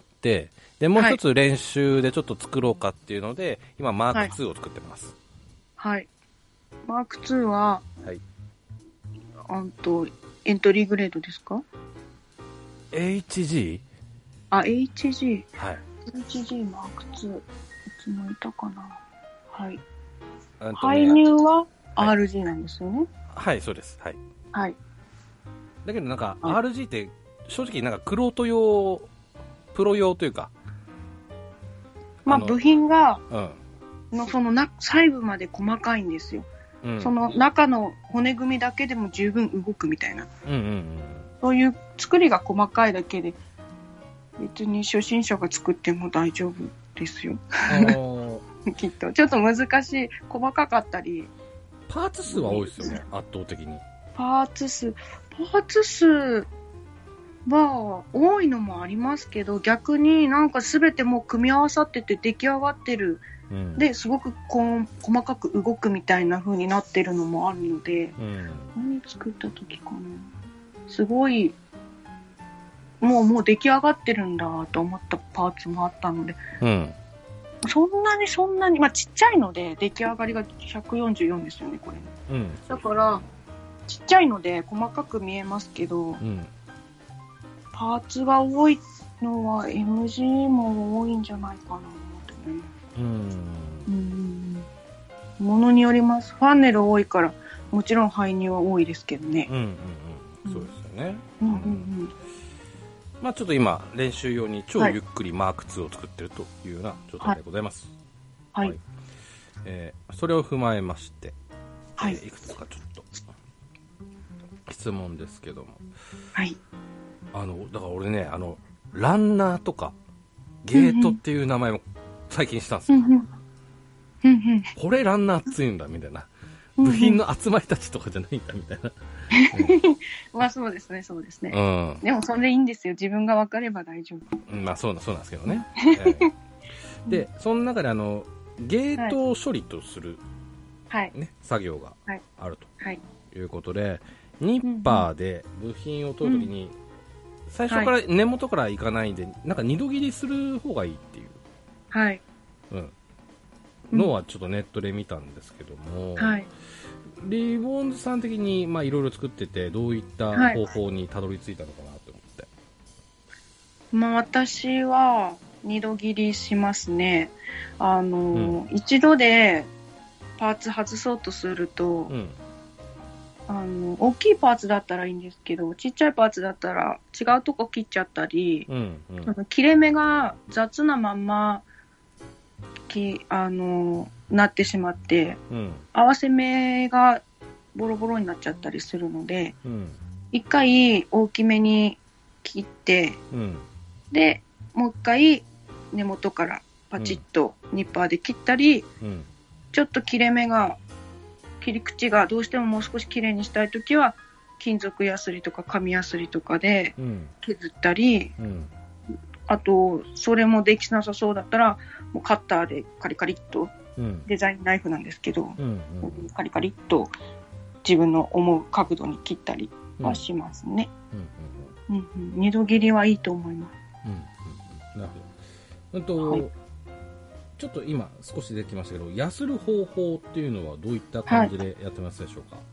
で、もう一つ練習でちょっと作ろうかっていうので、今、マークツーを作ってます。 はい。はい、マークツーは、はい。あんと、エントリーグレードですか？ エイチジー？ あ、エイチジー。 はい。 エイチジー マークツー。いつもいたかな。はい。搬入は アールジー なんですよね。 はい、はい、そうです。はい。 はい。 だけどなんか、アールジー って正直なんかクロート用、プロ用というか。 まあ、部品が、うん、のそのな細部まで細かいんですよ。うん、その中の骨組みだけでも十分動くみたいな。うんうんうん。そういう作りが細かいだけで、別に初心者が作っても大丈夫ですよ。きっと。ちょっと難しい、細かかったり。 パーツ数は多いですよね、圧倒的に。 パーツ数、パーツ数は多いのもありますけど、逆になんか全てもう組み合わさってて出来上がってる。うん、で、すごくこう細かく動くみたいな風になってるのもあるので、うん、何作った時かな。すごい、もうもう出来上がってるんだと思ったパーツもあったので、うん、そんなにそんなに、まあちっちゃいので出来上がりがひゃくよんじゅうよんですよね、これ。うん、だから、ちっちゃいので細かく見えますけど、うん、パーツが多いのは エムジー も多いんじゃないかなと思ってね。うん。うん。ものによります。ファンネル多いから、 もちろん排入は多いですけどね。 うんうんうん、そうですよね。 うんうんうん。 まあちょっと今練習用に超ゆっくりマークツーを作ってるというような状態でございます。 はい。はい、 えー、それを踏まえまして、 はい、 えー、いくつかちょっと質問ですけども。 はい。 あのだから俺ね、あのランナーとかゲートっていう名前も最近したんですよ。うんうんうんうん、これランナーっついんだみたいな。部品の集まりたちとかじゃないんだみたいな。 まあそうですね、そうですね。うん、でもそれでいいんですよ。自分が分かれば大丈夫。 うん、まあそうな、そうなんですけどね。えー、で、その中であのゲートを処理とする、はいね、作業があるということで、はいはい、ニッパーで部品を取るときに、うん、最初から根元からいかないんで、なんか二度切りする方がいいっていう。はい。うん。のはちょっとネットで見たんですけども、はい、リボンズさん的にまあいろいろ作っててどういった方法にたどり着いたのかなと思って、はい、 まあ、私は二度切りしますね。あの、うん、一度でパーツ外そうとすると、うん、あの大きいパーツだったらいいんですけど、ちっちゃいパーツだったら違うとこ切っちゃったり、うんうん、切れ目が雑なまんまきあのなってしまって、うん、合わせ目がボロボロになっちゃったりするので、うん、一回大きめに切って、うん、でもう一回根元からパチッとニッパーで切ったり、うん、ちょっと切れ目が切り口がどうしてももう少し綺麗にしたいときは金属ヤスリとか紙ヤスリとかで削ったり、うんうん、あとそれもできなさそうだったらもうカッターでカリカリっと、うん、デザインナイフなんですけど、うんうん、カリカリっと自分の思う角度に切ったりはしますね。うんうんうんうん、二度切りはいいと思います。 うんうん、なるほど。あと、はい、ちょっと今少し出てきましたけど、ヤスる方法っていうのはどういった感じでやってますでしょうか？はい、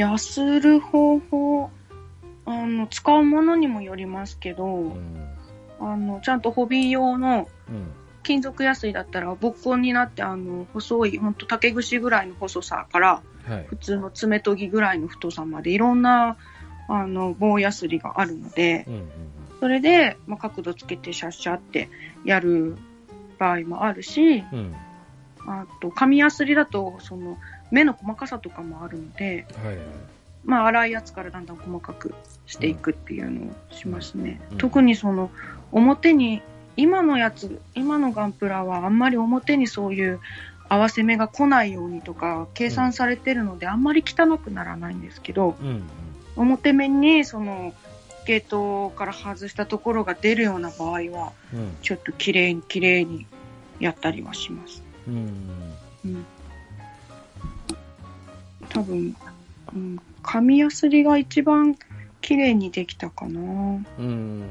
ヤスる方法、あの使うものにもよりますけど、うん、あのちゃんとホビー用の金属ヤスリだったらボッコンになって、あの細い本当竹串ぐらいの細さから、はい、普通の爪研ぎぐらいの太さまでいろんなあの棒ヤスリがあるので、うんうんうん、それで、まあ、角度つけてシャッシャってやる場合もあるし、うん、あと紙ヤスリだとその目の細かさとかもあるので、はいはい、まあ粗いやつからだんだん細かくしていくっていうのをしますね。うんうん、特にその表に今のやつ今のガンプラはあんまり表にそういう合わせ目が来ないようにとか計算されてるので、うん、あんまり汚くならないんですけど、うんうん、表面にそのゲートから外したところが出るような場合は、うん、ちょっときれいにきれいにやったりはします。うんうん、多分、うん、紙ヤスリが一番きれいにできたかな。うん、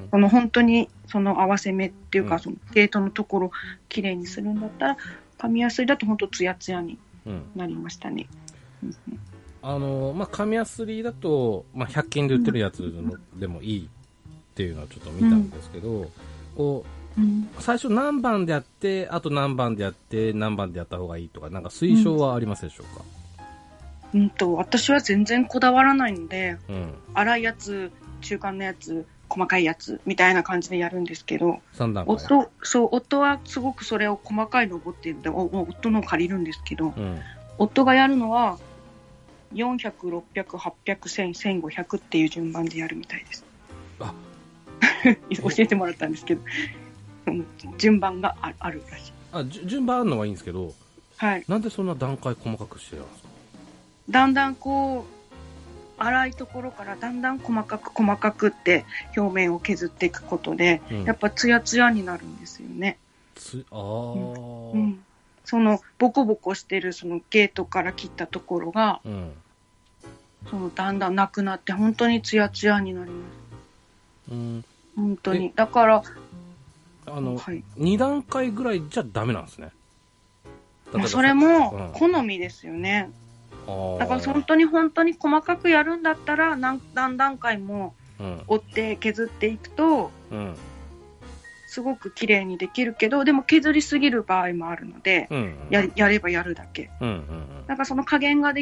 その本当にその合わせ目っていうか、うん、そのゲートのところきれいにするんだったら紙ヤスリだと本当ツヤツヤになりましたね。うんうん、 あのまあ、紙ヤスリだと、まあ、ひゃく均で売ってるやつのでもいいっていうのはちょっと見たんですけど、うん、こう、うん、最初何番でやってあと何番でやって何番でやった方がいいとかなんか推奨はありますでしょうか？ うんと私は全然こだわらないので、うん、粗いやつ中間のやつ細かいやつみたいな感じでやるんですけど、さん段階夫そう夫はすごくそれを細かいロボっていうので夫のを借りるんですけど、うん、夫がやるのはよんひゃく、ろっぴゃく、はっぴゃく、せん、せんごひゃくっていう順番でやるみたいです。あ教えてもらったんですけど順番があるらしい。 あ順番あるのはいいんですけど、はい、なんでそんな段階細かくしてるんですか？ だんだんこう粗いところからだんだん細かく細かくって表面を削っていくことで、うん、やっぱツヤツヤになるんですよね。つあ、うんうん、そのボコボコしてるそのゲートから切ったところが、うん、そのだんだんなくなって本当にツヤツヤになります。うん、本当にだからあの、はい、に段階ぐらいじゃダメなんですね。 まあ、それも好みですよね。うん、だから本当に本当に細かくやるんだったら何, 何段階も折って削っていくと、うん、すごく綺麗にできるけどでも削りすぎる場合もあるので、うんうん、や, やればやるだけ、うんうんうん、だからその加減ができ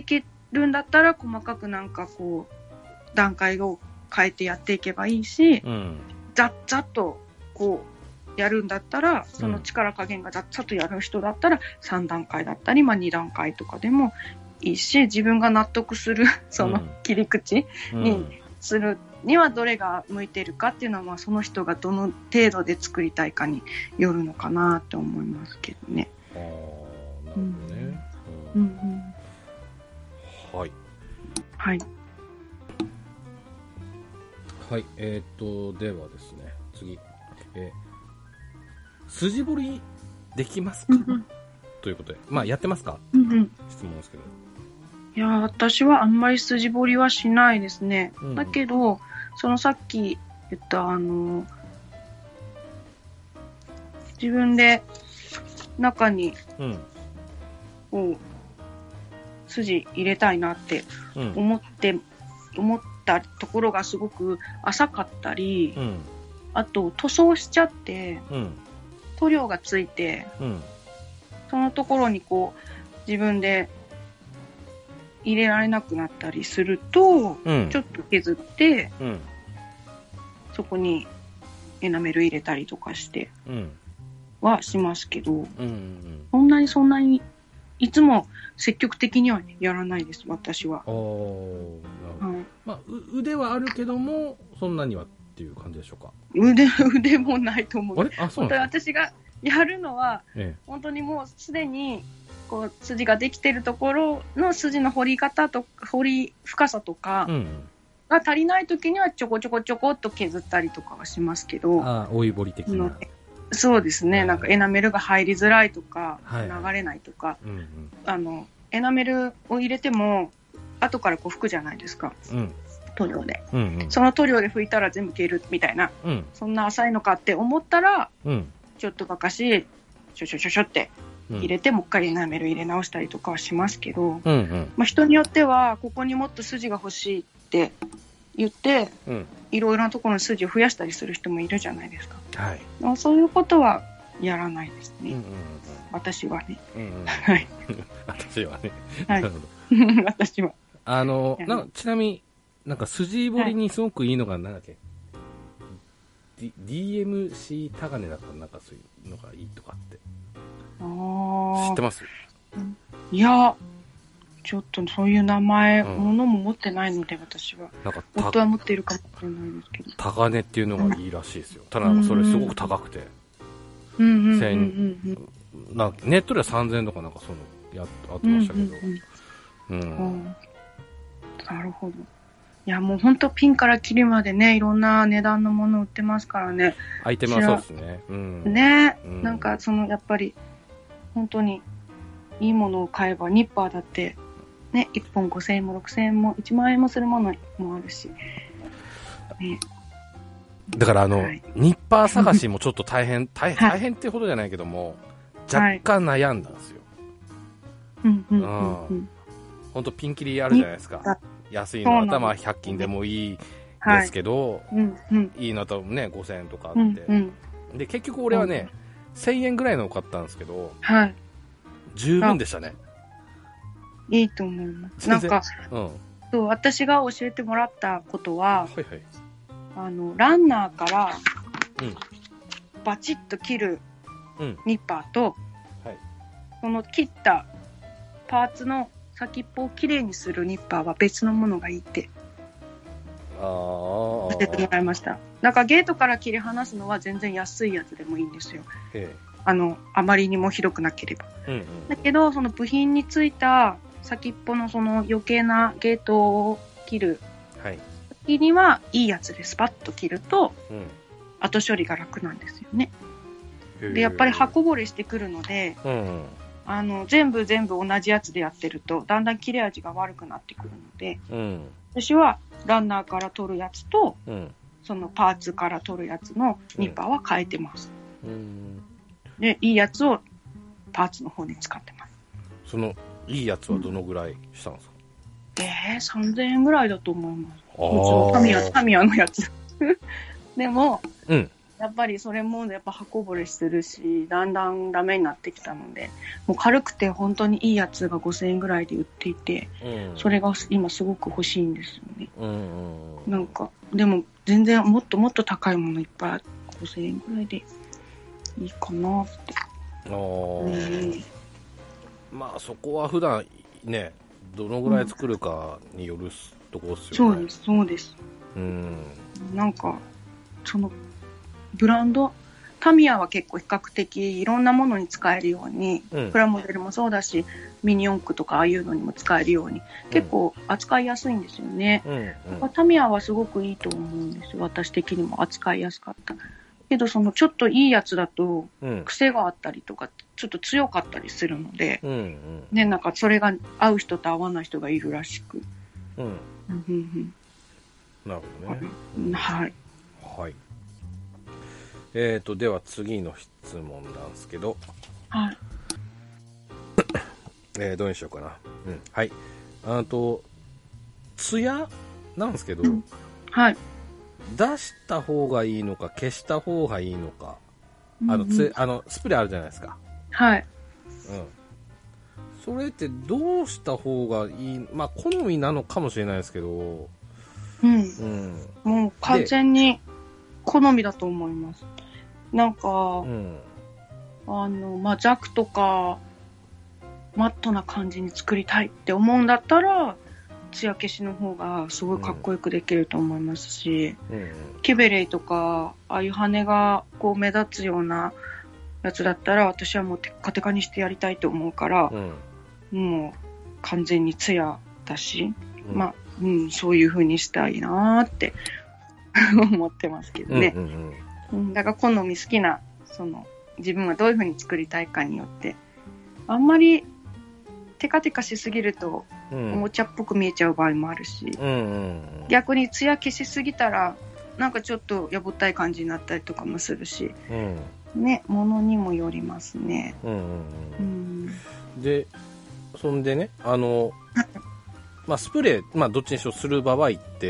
るんだったら細かくなんかこう段階を変えてやっていけばいいし、うん、ざっざっとこうやるんだったらその力加減がざっざっとやる人だったらさん段階だったり、まあ、に段階とかでもいいし、自分が納得するその切り口にするにはどれが向いているかっていうのは、まあその人がどの程度で作りたいかによるのかなと思いますけどね。 ああ、なるほどね。 うんうんうん、 はいはいはい、えっとではですね、次、えー、筋彫りできますか、うんうん、ということで、まあやってますか、 うんうん、 質問ですけど。 いや私はあんまり筋彫りはしないですね、うんうん、だけどそのさっき言ったあの自分で中にこう筋入れたいなって思って、うん、思ったところがすごく浅かったり、うん、あと塗装しちゃって、うん、塗料がついて、うん、そのところにこう自分で入れられなくなったりすると、うん、ちょっと削って、うん、そこにエナメル入れたりとかしてはしますけど、うんうんうん、そんなにそんなにいつも積極的には、ね、やらないです私は。 おー、なるほど、はい、まあ、腕はあるけどもそんなにはっていう感じでしょうか。 腕腕もないと思う。 あれあ、そうなんですか。 本当に私がやるのは、ええ、本当にもうすでにこう筋ができているところの筋の彫り方と彫り深さとかが足りないときにはちょこちょこちょこっと削ったりとかはしますけど、 あ、追い彫り的な。 そうですね、はい、なんかエナメルが入りづらいとか、はい、流れないとか、うんうん、あのエナメルを入れても後からこう拭くじゃないですか、うん、塗料で、うんうん、その塗料で拭いたら全部消えるみたいな、うん、そんな浅いのかって思ったら、うん、ちょっとばかしシュシュシュシュって入れて、うん、もう一回エナメル入れ直したりとかはしますけど、うんうん、まあ、人によってはここにもっと筋が欲しいって言って、うん、いろいろなところの筋を増やしたりする人もいるじゃないですか、はい、まあ、そういうことはやらないですね、うんうんうん、私はね、うんうん、はい、 私はね、 はい、私はあのなちなみになんか筋彫りにすごくいいのが何だっけ、はい、ディーエムシー タガネだったらなんかそういうのがいいとかって知ってます？ いやちょっとそういう名前、うん、ものも持ってないので私は。なんか夫は持っているかもしれないですけど。 タガネっていうのがいいらしいですよ。うん、ただそれすごく高くて。 うんうんうんうん、 なんかネットではさんぜんえんとかなんかそういうのやってましたけど。うんうんうんうん、 なるほど。いやもう本当ピンからキリまでねいろんな値段のもの売ってますからね。 アイテムはそうですね。うん、 ね、うん、なんかそのやっぱり本当にいいものを買えばニッパーだって。ね、いっぽんごせんえんもろくせんえんもいちまんえんもするものもあるし、ね、 だからあの、はい、ニッパー探しもちょっと大変大変、大変ってほどじゃないけども若干悩んだんですよ。本当ピンキリあるじゃないですか。安いのはまあひゃく均でもいいですけど、はいうんうん、いいのとねごせんえんとかあって、うんうん、で結局俺はね、うん、せんえんぐらいのを買ったんですけど、はい、十分でしたね。 いいと思います。なんか、うん、そう私が教えてもらったことは、はいはい、あのランナーから、うん、バチッと切るニッパーと、うんはい、その切ったパーツの先っぽをきれいにするニッパーは別のものがいいって教えてもらいました。なんかゲートから切り離すのは全然安いやつでもいいんですよ。あのあまりにもひどくなければ、うんうん、だけどその部品についた先っぽのその余計なゲートを切る時にはいいやつでスパッと切ると、うん、後処理が楽なんですよね。でやっぱり刃こぼれしてくるので、うん、あの全部全部同じやつでやってるとだんだん切れ味が悪くなってくるので、うん、私はランナーから取るやつと、うん、そのパーツから取るやつのニッパーは変えてます、うん、でいいやつをパーツの方に使ってます。 そのいいやつはどのぐらいしたんですか？ うん、えー、さんぜんえんぐらいだと思います。タミヤ、タミヤのやつ。でも、うん、 やっぱりそれもやっぱ刃こぼれするし、だんだんダメになってきたので、もう軽くて本当にいいやつがごせんえんぐらいで売っていて、うん、それが今すごく欲しいんですよね。うんうん、なんかでも全然もっともっと高いものいっぱいあってごせんえんぐらいでいいかなって。あ、うん、 まあそこは普段ね、どのぐらい作るかによるところですよね。 そうですそうです。うん、なんかそのブランドタミヤは結構比較的いろんなものに使えるように、うん、プラモデルもそうだしミニ四駆とかああいうのにも使えるように、うん、結構扱いやすいんですよね、うんうん、タミヤはすごくいいと思うんですよ。私的にも扱いやすかったけど、そのちょっといいやつだと癖があったりとかちょっと強かったりするので、うんうんね、なんかそれが合う人と合わない人がいるらしく、うんうんうん、 なるほどね、 はいはい。えーと、では次の質問なんですけど、はい。えー、どうにしようかな。うん、はい。あと、ツヤなんですけど、うん、はい。出した方がいいのか、消した方がいいのか、うんうん、あの、つ、あの、スプレーあるじゃないですか。はい。うん。それってどうした方がいい、まあ、好みなのかもしれないですけど、 うん。うん、もう完全に好みだと思います。なんか、うん、あの、まあ、弱とか、マットな感じに作りたいって思うんだったら、艶消しの方がすごいかっこよくできると思いますし、うんうん、キュベレイとか、ああいう羽がこう目立つようなやつだったら、私はもうテッカテカにしてやりたいと思うから、うん、もう完全に艶だし、うん、まあ、うん、そういう風にしたいなーって思ってますけどね。うんうんうんうん、だから好み好きなその自分はどういう風に作りたいかによってあんまりテカテカしすぎるとおもちゃっぽく見えちゃう場合もあるし、うんうんうん、逆に艶消しすぎたらなんかちょっとやぼったい感じになったりとかもするし、うん、ね、ものにもよりますね、うんうんうんうん、でそんでね、あのまあスプレー、まあどっちにしろする場合って、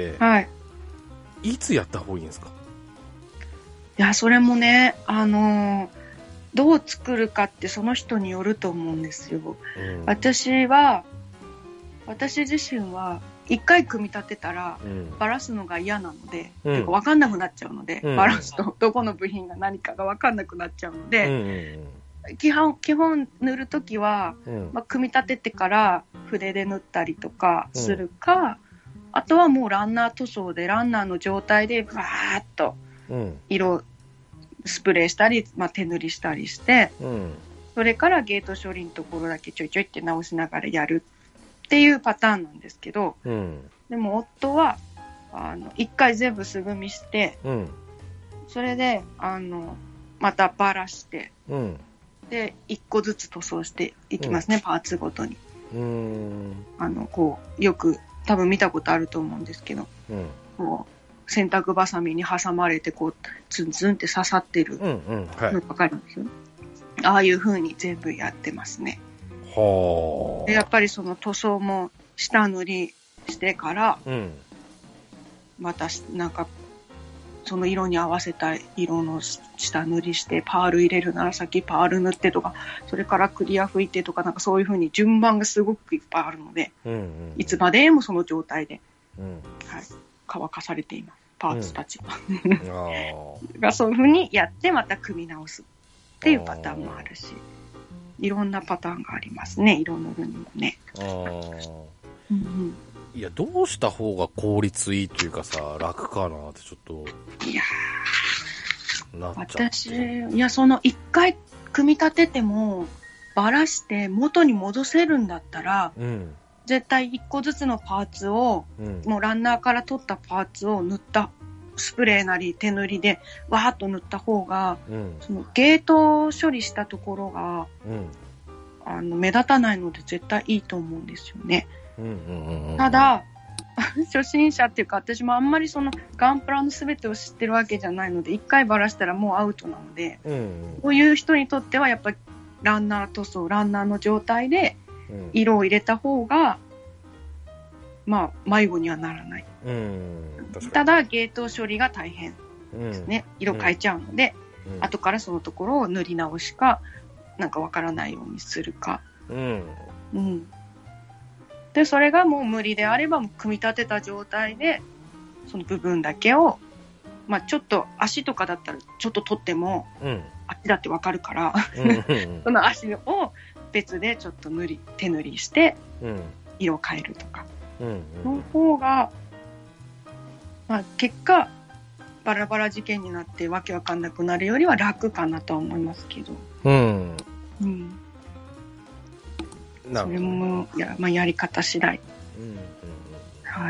はい、いつやった方がいいんですか？ いや、それもね、あのー、どう作るかってその人によると思うんですよ。うん、私は、私自身は、一回組み立てたら、バラすのが嫌なので、うん、てか分かんなくなっちゃうので、うん、バラすとどこの部品が何かが分かんなくなっちゃうので、うん、基本、基本塗るときは、うんまあ、組み立ててから筆で塗ったりとかするか、うん、あとはもうランナー塗装でランナーの状態でバーッと、色スプレーしたり、まあ、手塗りしたりして、うん、それからゲート処理のところだけちょいちょいって直しながらやるっていうパターンなんですけど、うん、でも夫はあの一回全部素組みして、うん、それであのまたバラして、うん、で一個ずつ塗装していきますね、うん、パーツごとに。うーんあのこうよく多分見たことあると思うんですけど、うん、こう洗濯バサミに挟まれてこうツンツンって刺さってるの分かるんですよ、うんうんはい、ああいう風に全部やってますね。はでやっぱりその塗装も下塗りしてから、うん、またなんかその色に合わせた色の下塗りしてパール入れるなら先パール塗ってとか、それからクリア拭いてとか、なんかそういう風に順番がすごくいっぱいあるので、うんうんうん、いつまでもその状態で、うんはい、乾かされています、パーツたちは、うん、がそういう風にやってまた組み直すっていうパターンもあるし、いろんなパターンがありますね、色塗るにもね。あ、 うんうん、いや、どうした方が効率いいというかさ、楽かなってちょっと。いやー、なっちゃって。私、いや、その一回組み立ててもバラして元に戻せるんだったら、うん、絶対一個ずつのパーツを、うん、もうランナーから取ったパーツを塗ったスプレーなり手塗りでわーっと塗った方が、うん、そのゲート処理したところが、うん、あの目立たないので絶対いいと思うんですよね。うんうんうんうん、ただ初心者っていうか私もあんまりそのガンプラの全てを知ってるわけじゃないので、一回バラしたらもうアウトなので、うんうん、こういう人にとってはやっぱりランナー塗装ランナーの状態で色を入れた方が、まあ迷子にはならない、うん、ただゲート処理が大変ですね、うん、色変えちゃうので、 うん、 後からそのところを塗り直しかなんかわからないようにするか、 うんうん、でそれがもう無理であれば組み立てた状態でその部分だけを、まあ、ちょっと足とかだったらちょっと取っても、うん、足だってわかるから、うんうんうん、その足を別でちょっと塗り手塗りして色を変えるとか、うんうん、の方が、まあ、結果バラバラ事件になってわけわかんなくなるよりは楽かなとは思いますけど、うんうん、それも や,、まあ、やり方次第、うんうんうん、はい、はい、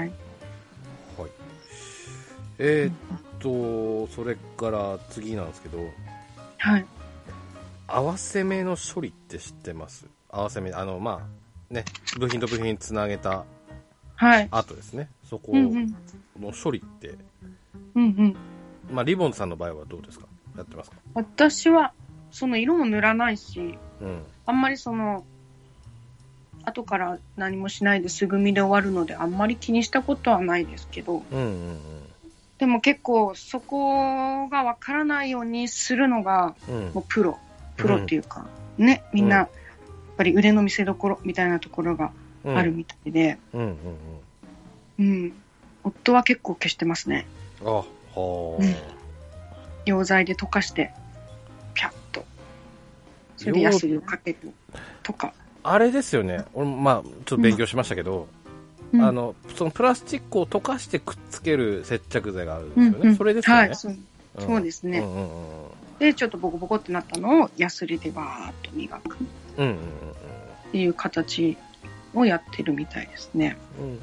えー、っとそれから次なんですけど、 はい、 合わせ目の処理って知ってます？合わせ目、あのまあね、部品と部品つなげた後ですね、はい、そこの処理って、うんうんまあ、リボンさんの場合はどうですか？やってますか？ 私はその色も塗らないし、うん、あんまりその後から何もしないですぐみで終わるのであんまり気にしたことはないですけど、うんうんうん、でも結構そこが分からないようにするのが、うん、もうプロプロっていうか、うん、ね、みんな、うん、やっぱり腕の見せ所みたいなところがあるみたいで、うんうんうんうん、夫は結構消してますね。あ、はあ、うん、溶剤で溶かしてピャッとそれでヤスリをかけるとか。 あれですよね、俺まあちょっと勉強しましたけど、うん、あのそのプラスチックを溶かしてくっつける接着剤があるんですよね、うんうん、それですよね、はい、 そう、うん、そうですね、うんうんうん、でちょっとボコボコってなったのをヤスリでバーッと磨くっていう形をやってるみたいですね、うんうん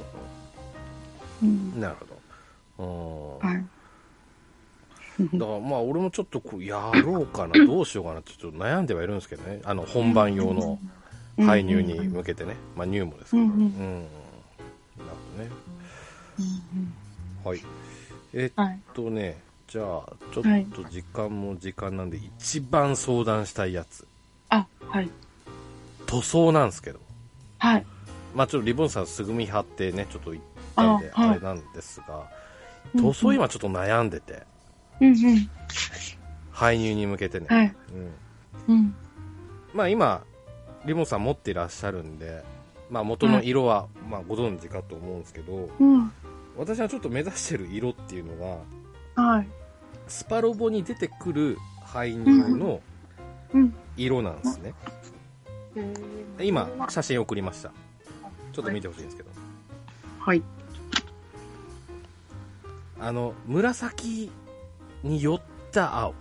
うんうん、なるほど、はい、だからまあ俺もちょっとこうやろうかなどうしようかなってちょっと悩んではいるんですけどね、あの本番用の排入に向けてね、まあ乳もですけど、うんうんうん、なるほどね、うんうん、はい、えー、っとね、はい、じゃあちょっと時間も時間なんで一番相談したいやつ、 あ、はい、 塗装なんですけど、 はい、 まあちょっとリボンさんすぐみ貼ってねちょっと言ったんであれなんですが、はい、塗装今ちょっと悩んでて、うんうん、排入に向けてね、はい、うんうん、まあ今リボンさん持っていらっしゃるんで、まあ、元の色は、まあ、ご存知かと思うんですけど、うん、私はちょっと目指してる色っていうのが、はい、スパロボに出てくる排入の色なんですね、うんうん、今写真送りました、ちょっと見てほしいんですけど、 はい、 あの紫に寄った青、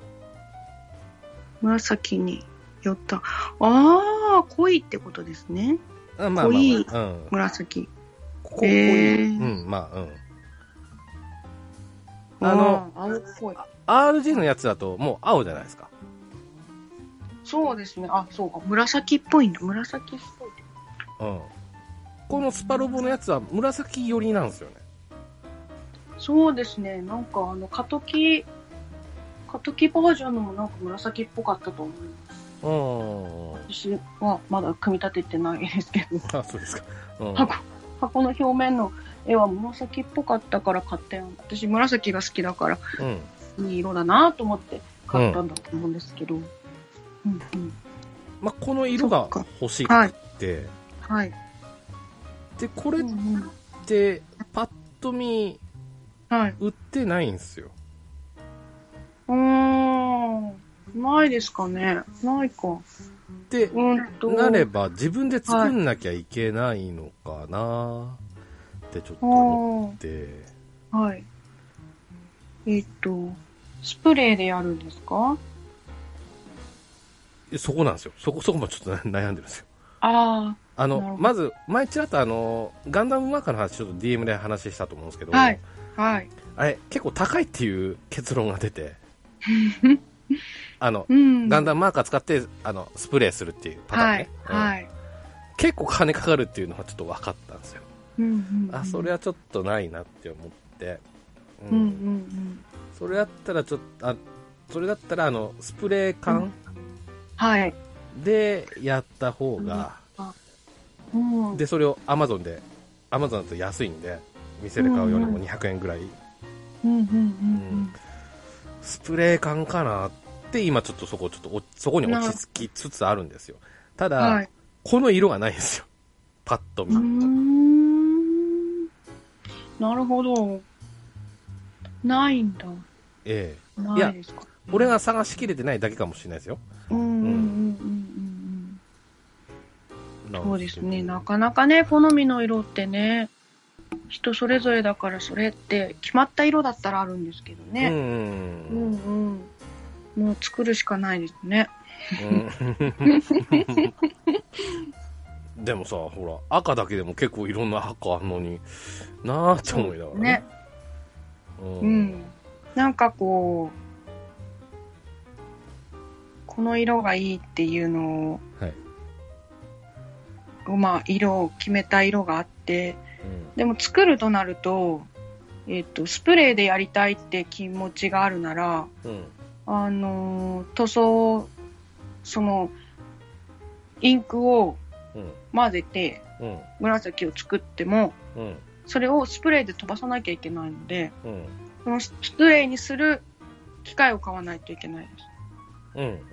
紫に寄った、ああ濃いってことですね、あ、まあまあまあ、濃い紫、うん、 ここ濃い、えー、うん、まあうんあのあ青っぽいアールジー のやつだともう青じゃないですか。 そうですね、あ、そうか、紫っぽいんだ、紫っぽい、 うん、このスパロボのやつは紫寄りなんですよね。 そうですね、なんかあの過渡期過渡期バージョンのもなんか紫っぽかったと思います。うん、私はまだ組み立ててないですけど、 あ、そうですか、うん、 箱, 箱の表面の絵は紫っぽかったから買ったよ。私紫が好きだから、うん、いい色だなと思って買ったんだと思うんですけど、うんうんうん、 まあ、この色が欲しくて、 はいはい、でこれってパッと見、はい、売ってないんですよ。 うーん、ないですかね。ないか。 で、うん、なれば自分で作んなきゃいけないのかなってちょっと思って。 はい。えー、っと、スプレーでやるんですか？ そこなんですよ。そこ、そこもちょっと悩んでるんですよ。 ああ。 あの、まず、前ちらっとあの、ガンダムマーカーの話、ちょっと ディーエム で話したと思うんですけど、 はい。はい。 あれ、結構高いっていう結論が出て、あの、うん、ガンダムマーカー使ってあのスプレーするっていうパターンね、はいうんはい、結構金かかるっていうのがちょっと分かったんですよ、うんうんうん、あ、それはちょっとないなって思って、うんうんうん、それだったらちょっとあそれだったらあのスプレー缶、 はい、 でやった方が、うんうん、でそれを Amazon で Amazon だと安いんで店で買うよりもにひゃくえんぐらい、うんうんうんうん、 スプレー缶かなって今ちょっとそこちょっとそこに落ち着きつつあるんですよ。ただ、はい、この色がないんですよ。パッと見ると。うーん、なるほど。ないんだ。 ええ。 ないですか。いや、 俺が探しきれてないだけかもしれないですよ。 うんうんうんうんうん。そうですね。なかなかね、好みの色ってね、人それぞれだからそれって決まった色だったらあるんですけどね。うんうんうん。もう作るしかないですね。 うん、でもさ、ほら赤だけでも結構いろんな赤あるのになーって思いながらね。ね、うん、うん。なんかこうこの色がいいっていうのを、はい、まあ色を決めた色があって、うん、でも作るとなると、えっとスプレーでやりたいって気持ちがあるなら、うん、あの塗装そのインクを混ぜて、うん、紫を作っても、うん、それをスプレーで飛ばさなきゃいけないので、うん、そのスプレーにする機械を買わないといけないです。うんうんうん。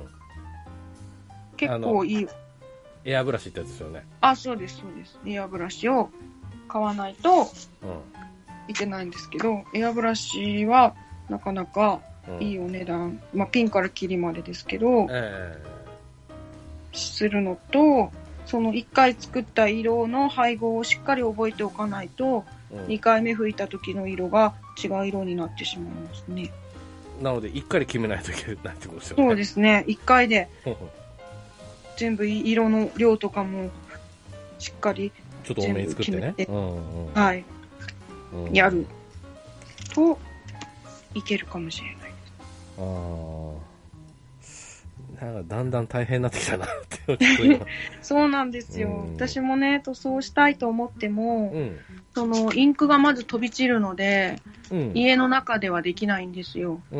結構いい。 エアブラシってやつですよね。 あ、そうですそうです。エアブラシを買わないといけないんですけど、うん、エアブラシはなかなかいいお値段、うん、まあピンからキリまでですけど、えー、するのと、そのいっかい作った色の配合をしっかり覚えておかないと、うん、にかいめ吹いた時の色が違う色になってしまいますね。 なのでいっかいで決めないといけないってことですよね。 そうですね。いっかいで全部色の量とかもしっかりちょっと多めに作ってね。うんうん、はい、うん。やるといけるかもしれないです。ああ。なんかだんだん大変になってきたなってそうなんですよ、うん、私もね塗装したいと思っても、うん、そのインクがまず飛び散るので、うん、家の中ではできないんですよ、うん、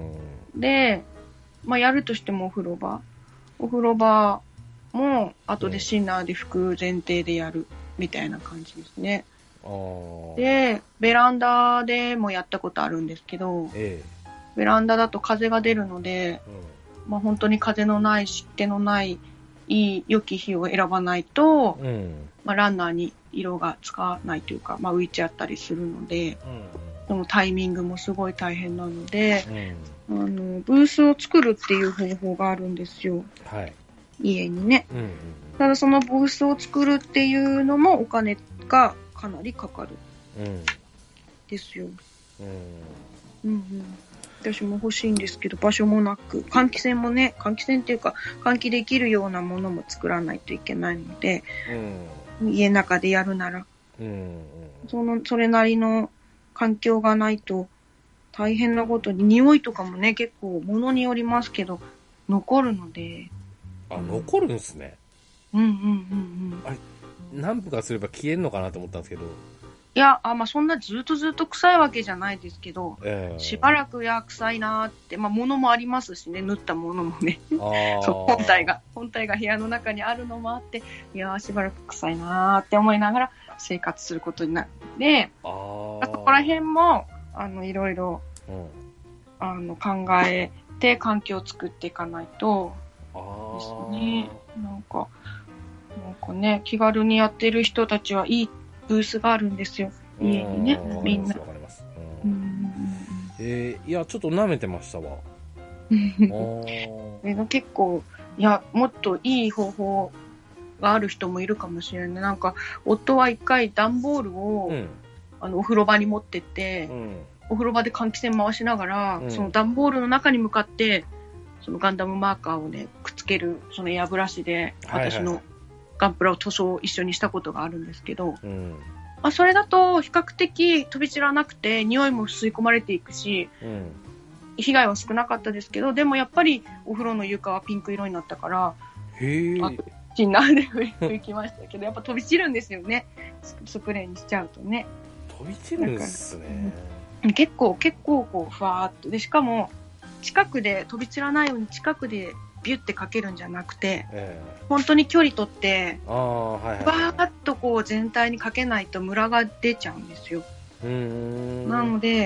で、まあ、やるとしてもお風呂場お風呂場も後でシンナーで拭く前提でやるみたいな感じですね、うん、でベランダでもやったことあるんですけど、ええ、ベランダだと風が出るので、うん、まあ、本当に風のない湿気のないいい良き日を選ばないと、うん、まあ、ランナーに色がつかないというか、まあ、浮いちゃったりするので、うん、そのタイミングもすごい大変なので、うん、あのブースを作るっていう方法があるんですよ、はい、家にね、うんうん、ただそのブースを作るっていうのもお金がかなりかかる、うん、ですよ、うんうんうん、私も欲しいんですけど場所もなく、換気扇もね、換気扇っていうか換気できるようなものも作らないといけないので、うん、家の中でやるなら、うんうん、そのそれなりの環境がないと大変なことに、匂いとかもね結構物によりますけど残るので。 あ、うん、残るんですね。 うんうんうんうん。 あれ何分かすれば消えるのかなと思ったんですけど。 いや、あ、まあ、そんなずっとずっと臭いわけじゃないですけど、えー、しばらくいや臭いなーって、まあ、物もありますしね、縫ったものもね、そう本体が本体が部屋の中にあるのもあって、いやーしばらく臭いなーって思いながら生活することになるので、あそこら辺もあのいろいろ、うん、あの考えて環境を作っていかないとですね。なんかなんかね、気軽にやってる人たちはいいブースがあるんですよ、家にね、みんな。わかります。うん、 えー、いやちょっと舐めてましたわ。 結構いやもっといい方法がある人もいるかもしれない。なんか夫は一回段ボールを、うん、あのお風呂場に持ってって、うん、お風呂場で換気扇回しながら、うん、その段ボールの中に向かってそのガンダムマーカーをねくっつけるそのエアブラシで私のガンプラを塗装を一緒にしたことがあるんですけど、うん、まあ、それだと比較的飛び散らなくて匂いも吸い込まれていくし、うん、被害は少なかったですけど、でもやっぱりお風呂の床はピンク色になったから、へー、シンナーで拭きましたけどやっぱ飛び散るんですよね、スプレーにしちゃうとね。 飛び散るんですね。 結構結構こうふわーっとで、しかも近くで飛び散らないように近くでビュッてかけるんじゃなくて、えー、本当に距離取ってあ、はいはい、バーッとこう全体にかけないとムラが出ちゃうんですよ。うーん、なので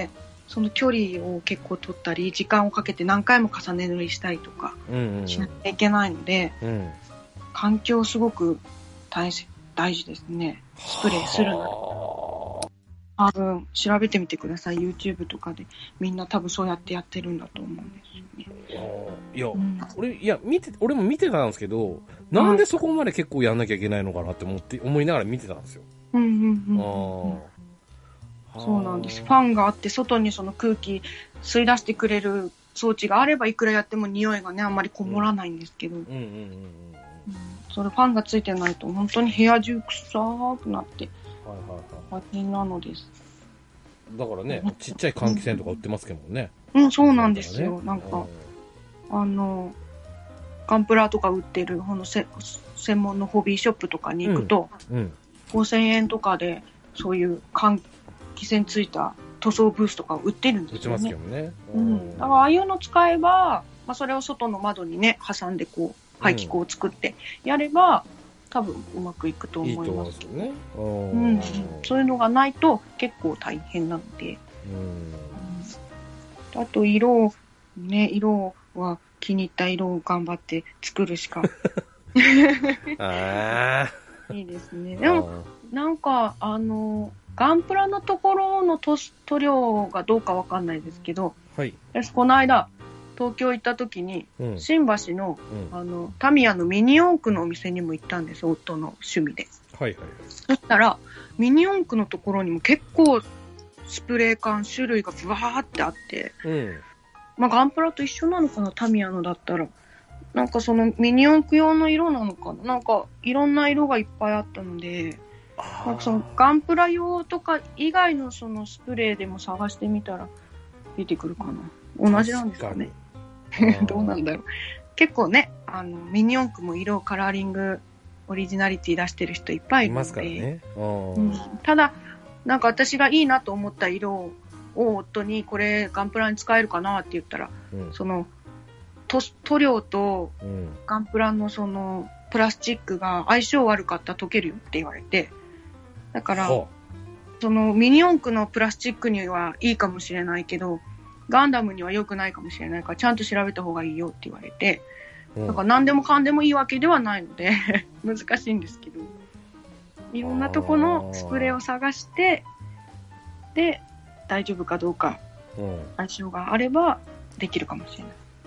その距離を結構取ったり、時間をかけて何回も重ね塗りしたりとかしなきゃいけないので、うんうん、環境すごく大事、大事ですね。スプレーするの多分調べてみてください。 YouTube とかでみんな多分そうやってやってるんだと思うんですよね。 いや、うん、俺いや見て俺も見てたんですけど、なんでそこまで結構やんなきゃいけないのかなって思って思いながら見てたんですよ。うんうんうん、 あそうなんです。ファンがあって外にその空気吸い出してくれる装置があればいくらやっても匂いがねあんまりこもらないんですけど、うんうんうんうん、それファンがついてないと本当に部屋中臭くなって大変なのです。 だからね、ちっちゃい換気扇とか売ってますけどもね。 うん、そうなんですよ。なんか、あの、ガンプラとか売ってる、このせ専門のホビーショップとかに行くと、うんうん、ごせんえんとかで、そういう換気扇ついた塗装ブースとか売ってるんですよね。売ってますけどね。うん。だからああいうの使えば、まあ、それを外の窓にね、挟んでこう、排気口を作ってやれば、うん多分うまくいくと思いますけどね。うん、そういうのがないと結構大変なので。うん、あと色ね、色は気に入った色を頑張って作るしか。あいいですね。でもなんかあのガンプラのところの塗料がどうかわかんないですけど、はい、私この間。東京行った時に、うん、新橋の、うん、あのタミヤのミニ四駆のお店にも行ったんです、夫の趣味で。はいはいはい。そしたらミニ四駆のところにも結構スプレー缶種類がブワーってあって、うん、まあガンプラと一緒なのかな、タミヤのだったら。なんかそのミニ四駆用の色なのかな、なんかいろんな色がいっぱいあったので、なんかそのガンプラ用とか以外のそのスプレーでも探してみたら出てくるかな。同じなんですかね。どうなんだろう。結構ね、あのミニ四駆も色をカラーリングオリジナリティ出してる人いっぱいいるので、いますからね。うん、ただなんか私がいいなと思った色を夫にこれガンプラに使えるかなって言ったら、うん、その塗料とガンプラのそのプラスチックが相性悪かったら溶けるよって言われて、だからそのミニ四駆のプラスチックにはいいかもしれないけど。ガンダムには良くないかもしれないからちゃんと調べた方がいいよって言われて、うん、だから何でもかんでもいいわけではないので難しいんですけど、いろんなとこのスプレーを探してで大丈夫かどうか、うん、相性があればできるかもしれない。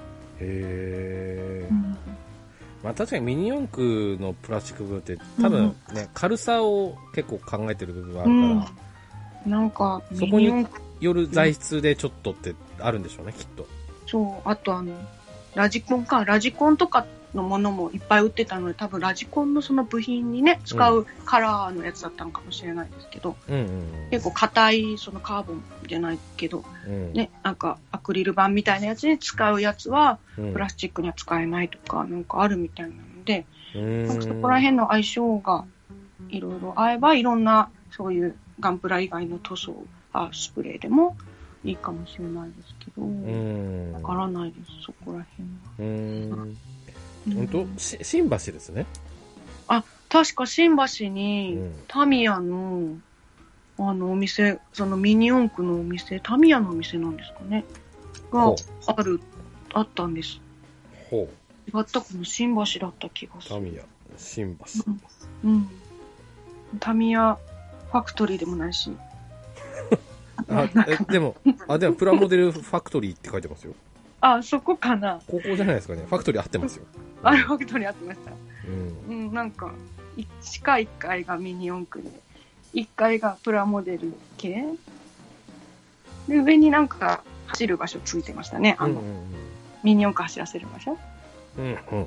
へー、うん、 まあ、確かにミニ四駆のプラスチック部分って多分ね、うん、軽さを結構考えてる部分があるから、 うん、なんかそこによる材質でちょっとってあるんでしょうね、きっと。 そう、あとあのラジコンかラジコンとかのものもいっぱい売ってたので、多分ラジコンのその部品にね使うカラーのやつだったのかもしれないですけど、うんうんうん、結構硬いそのカーボンじゃないけど、うん、ね、なんかアクリル板みたいなやつに使うやつは、うん、プラスチックには使えないとかなんかあるみたいなので、うん、なんかそこら辺の相性がいろいろ合えばいろんなそういうガンプラ以外の塗装あスプレーでもいいかもしれないですけど、わからないです、そこら辺は。 うーん、本当、し新橋ですね。 あ、確か新橋に、うん、タミヤのあのお店、そのミニ四駆のお店、タミヤのお店なんですかねがあるあったんです。ほう。違ったかも、新橋だった気がする。 タミヤ新橋。 うん。うん、タミヤファクトリーでもないし。 あえでもあでもプラモデルファクトリーって書いてますよ。 あ、そこかな。 高校じゃないですかね。ファクトリー合ってますよ。 あれファクトリー合ってました。うん、うん、なんか地下いっかいがミニ四駆で、いっかいがプラモデル系で、上になんか走る場所ついてましたね。あの、うんうんうん、ミニ四駆走らせる場所。うんうん。うん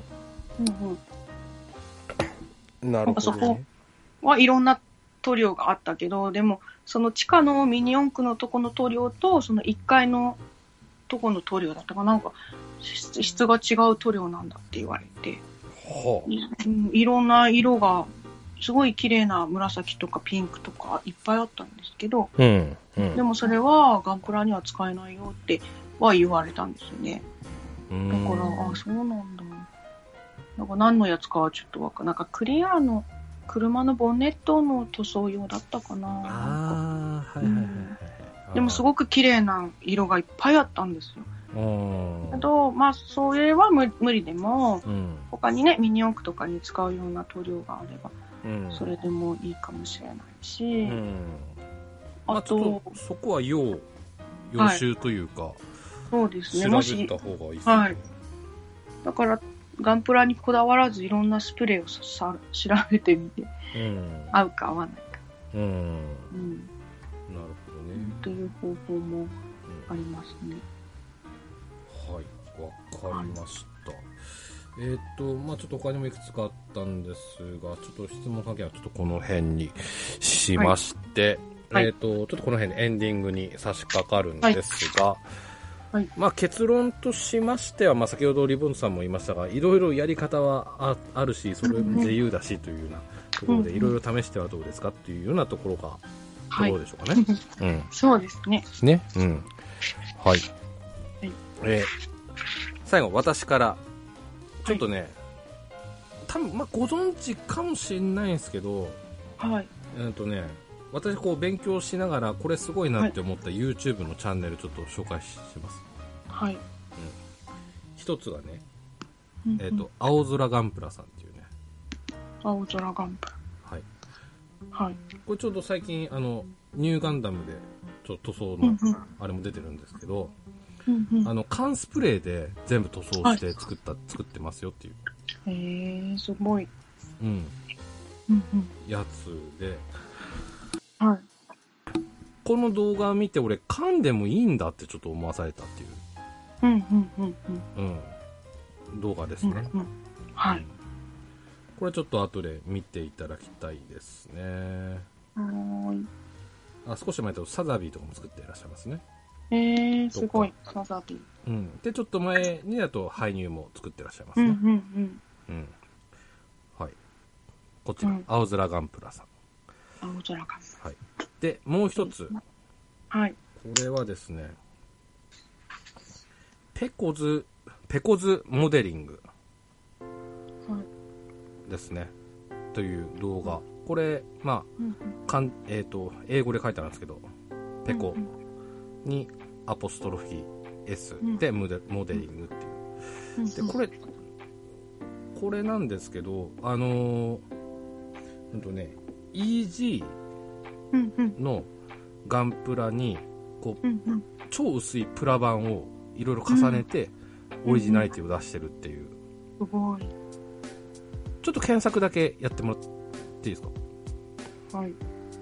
うん。なるほど、ね。なんかそこはいろんな塗料があったけど、でもその地下のミニ四駆のとこの塗料とそのいっかいのとこの塗料だったかなんか質、質が違う塗料なんだって言われて、はあ、うん、いろんな色がすごい綺麗な紫とかピンクとかいっぱいあったんですけど、うんうん、でもそれはガンプラには使えないよっては言われたんですよね。だからあそうなんだ。なんか何のやつかはちょっとわかんない。なんかクリアの車のボンネットの塗装用だったかな。ああ、はいはいはい、うん。 でもすごく綺麗な色がいっぱいあったんですよ。けど、まあ、それは無理でも、うん、他にね、ミニ四駆とかに使うような塗料があれば、うん、それでもいいかもしれないし、うん、 あと、まあ、ちょっとそこは要、要習というか、はい、 そうですね、 調べた方がいいですね。はい。 だから、ガンプラにこだわらずいろんなスプレーをさ調べてみて、うん、合うか合わないか。うん。うん、 なるほどね。 という方法もありますね。 はい、わかりました。はい、えー、っと、まあちょっと他にもいくつかあったんですが、ちょっと質問関係はちょっとこの辺にしまして、はい、えー、っと、ちょっとこの辺でエンディングに差し掛かるんですが、はいはい、まあ結論としましては、まあ先ほどリボンさんも言いましたが、いろいろやり方は あ, あるし、それも自由だしというようなところで、いろいろ試してはどうですかっていうようなところが、ところでしょうかね。 はい、うん、そうですね。 ね。うん。はい。えー、最後私からちょっとね、はい、多分まあご存知かもしれないんですけど、はい、えーとね、私こう勉強しながらこれすごいなって思った YouTube のチャンネルちょっと紹介します。はい。うん、一つがね、うんうん、えーと青空ガンプラさんっていうね。 青空ガンプラ。はい。 はい。これちょうど最近あのニューガンダムでちょっと塗装のあれも出てるんですけど。うんうん、あの缶スプレーで全部塗装して作った、はい、作ってますよっていう。 へえ、すごい。うん。 うんうん、やつで。はい。この動画を見て俺缶でもいいんだってちょっと思わされたっていう。うんうんうんうん。うん。動画ですね。うんうん、はい。これちょっと後で見ていただきたいですね。はい。あ、少し前だとサザビーとかも作っていらっしゃいますね。 えー、すごい、サザビー。 うん。で、ちょっと前にだと、ハイニューも作ってらっしゃいますね。うん、うん、うん。うん。はい。こちら、うん、青空ガンプラさん。 青空ガンプラ。 はい。で、もう一つ。はい。これはですね、ペコズ、ペコズモデリング。はい。ですね。という動画。これ、まあ、うんうん、かん、えっと、英語で書いてあるんですけど、ペコ。うんうんにアポストロフィー S でモデ、うん、モデリングっていう、うん、でこれこれなんですけどあのー、うんとね イージー のガンプラにこう、うんうん、超薄いプラ板をいろいろ重ねてオリジナリティを出してるっていう、すごい。ちょっと検索だけやってもらっていいですか。はい。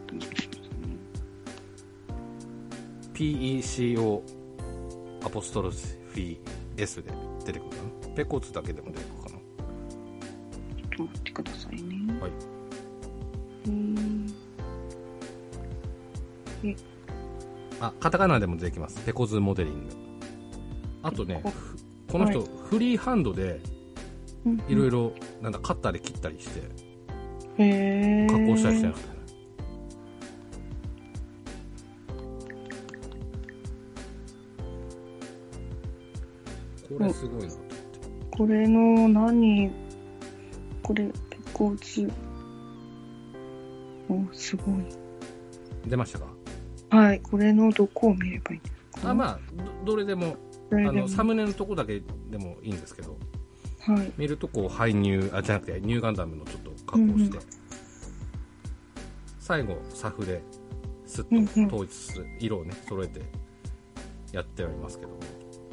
ピーイーシーオー アポストロフィー S で出てくるかな。ペコツだけでも出てくるかな。ちょっと待ってくださいね。はい。 えあ、カタカナでも出てきます。ペコズモデリング。あとね、この人、はい、フリーハンドでいろいろなんだカッターで切ったりして加工したりしてるんですよね。これすごいなと思って。 これの何これペコズ、おすごい。 出ましたか。 はい、これのどこを見ればいいんですか。 あ、まあ ど, どれでも、あのサムネのとこだけでもいいんですけど、はい、見るとこうハイニューあじゃなくてニューガンダムのちょっと加工して、うんうん、最後サフでスッと統一する、うんうん、色をね揃えてやっておりますけども、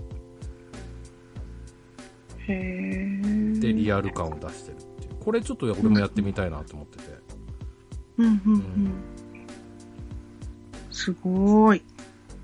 へーでリアル感を出してるっていう。これちょっと俺もやってみたいなと思ってて、うんうんうんうん、 すごい。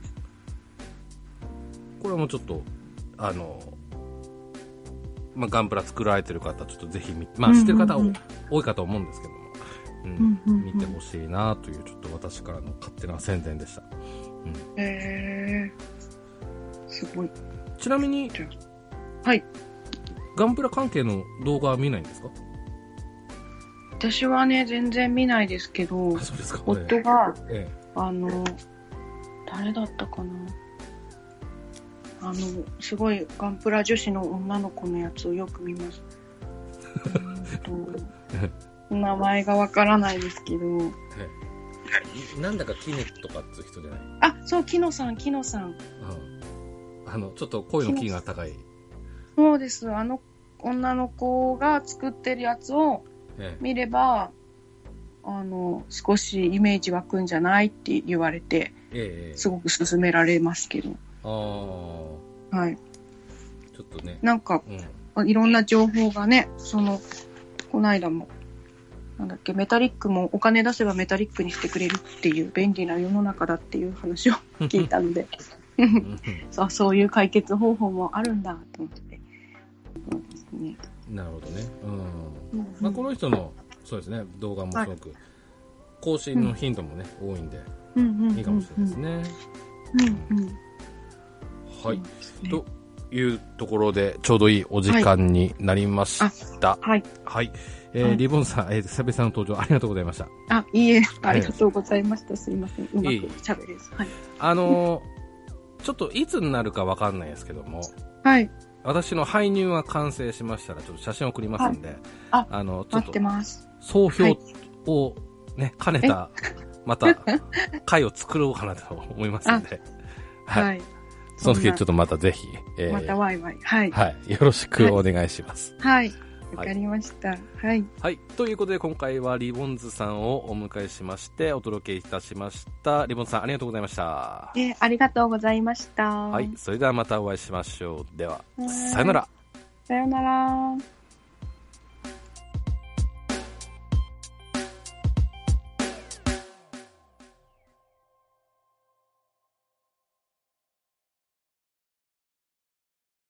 これもちょっとあの、まあ、ガンプラ作られてる方ちょっとぜひ見、まあ、知ってる方は多いかと思うんですけども、うんうんうん、見てほしいなというちょっと私からの勝手な宣伝でした。うん、 へー、すごい。 ちなみに、はい、ガンプラ関係の動画は見ないんですか？ 私はね全然見ないですけど、あ、そうですか。夫が、ええ、あの誰だったかな、あのすごいガンプラ女子の女の子のやつをよく見ます。と名前がわからないですけど、 なんだかキネとかっていう人じゃない？ あ、そう、キノさん、キノさん。うん。 あの、ちょっと声のキーが高い。 そうです。あの女の子が作ってるやつを見れば、ええ、あの、少しイメージ湧くんじゃないって言われて、ええ、すごく勧められますけど。ああ。はい。 ちょっとね。 なんか、うん、いろんな情報がね、その、この間も、なんだっけ、メタリックもお金出せばメタリックにしてくれるっていう便利な世の中だっていう話を聞いたので、そう、そういう解決方法もあるんだと思って。そうですね。 なるほどね。うん。うんまあ、この人の、そうですね、動画もすごく、更新の頻度もね、うん、多いんで、いいかもしれないですね。うんうん。はい。というところで、ちょうどいいお時間になりました。はい。はい。えー、リボンさん、えー、久々の登場ありがとうございました。 あ、いいえ、ありがとうございました。すいません。うまく喋れず。はい。 あのー、ちょっといつになるかわかんないですけども、 はい。 私の搬入は完成しましたら、ちょっと写真を送りますんで、はい、 あ、あの、ちょっと、 総評をね、兼ねた、また、回を作ろうかなと思いますんで、はい。はい、その時ちょっとまたぜひ、 えー、またワイワイ、はい。 はい。よろしくお願いします。 はい。わかりました、はい。はい。 はい。ということで、今回はリボンズさんをお迎えしまして、お届けいたしました。リボンズさん、ありがとうございました。 えー、ありがとうございました。 はい。それではまたお会いしましょう。では、さよなら。 さよなら。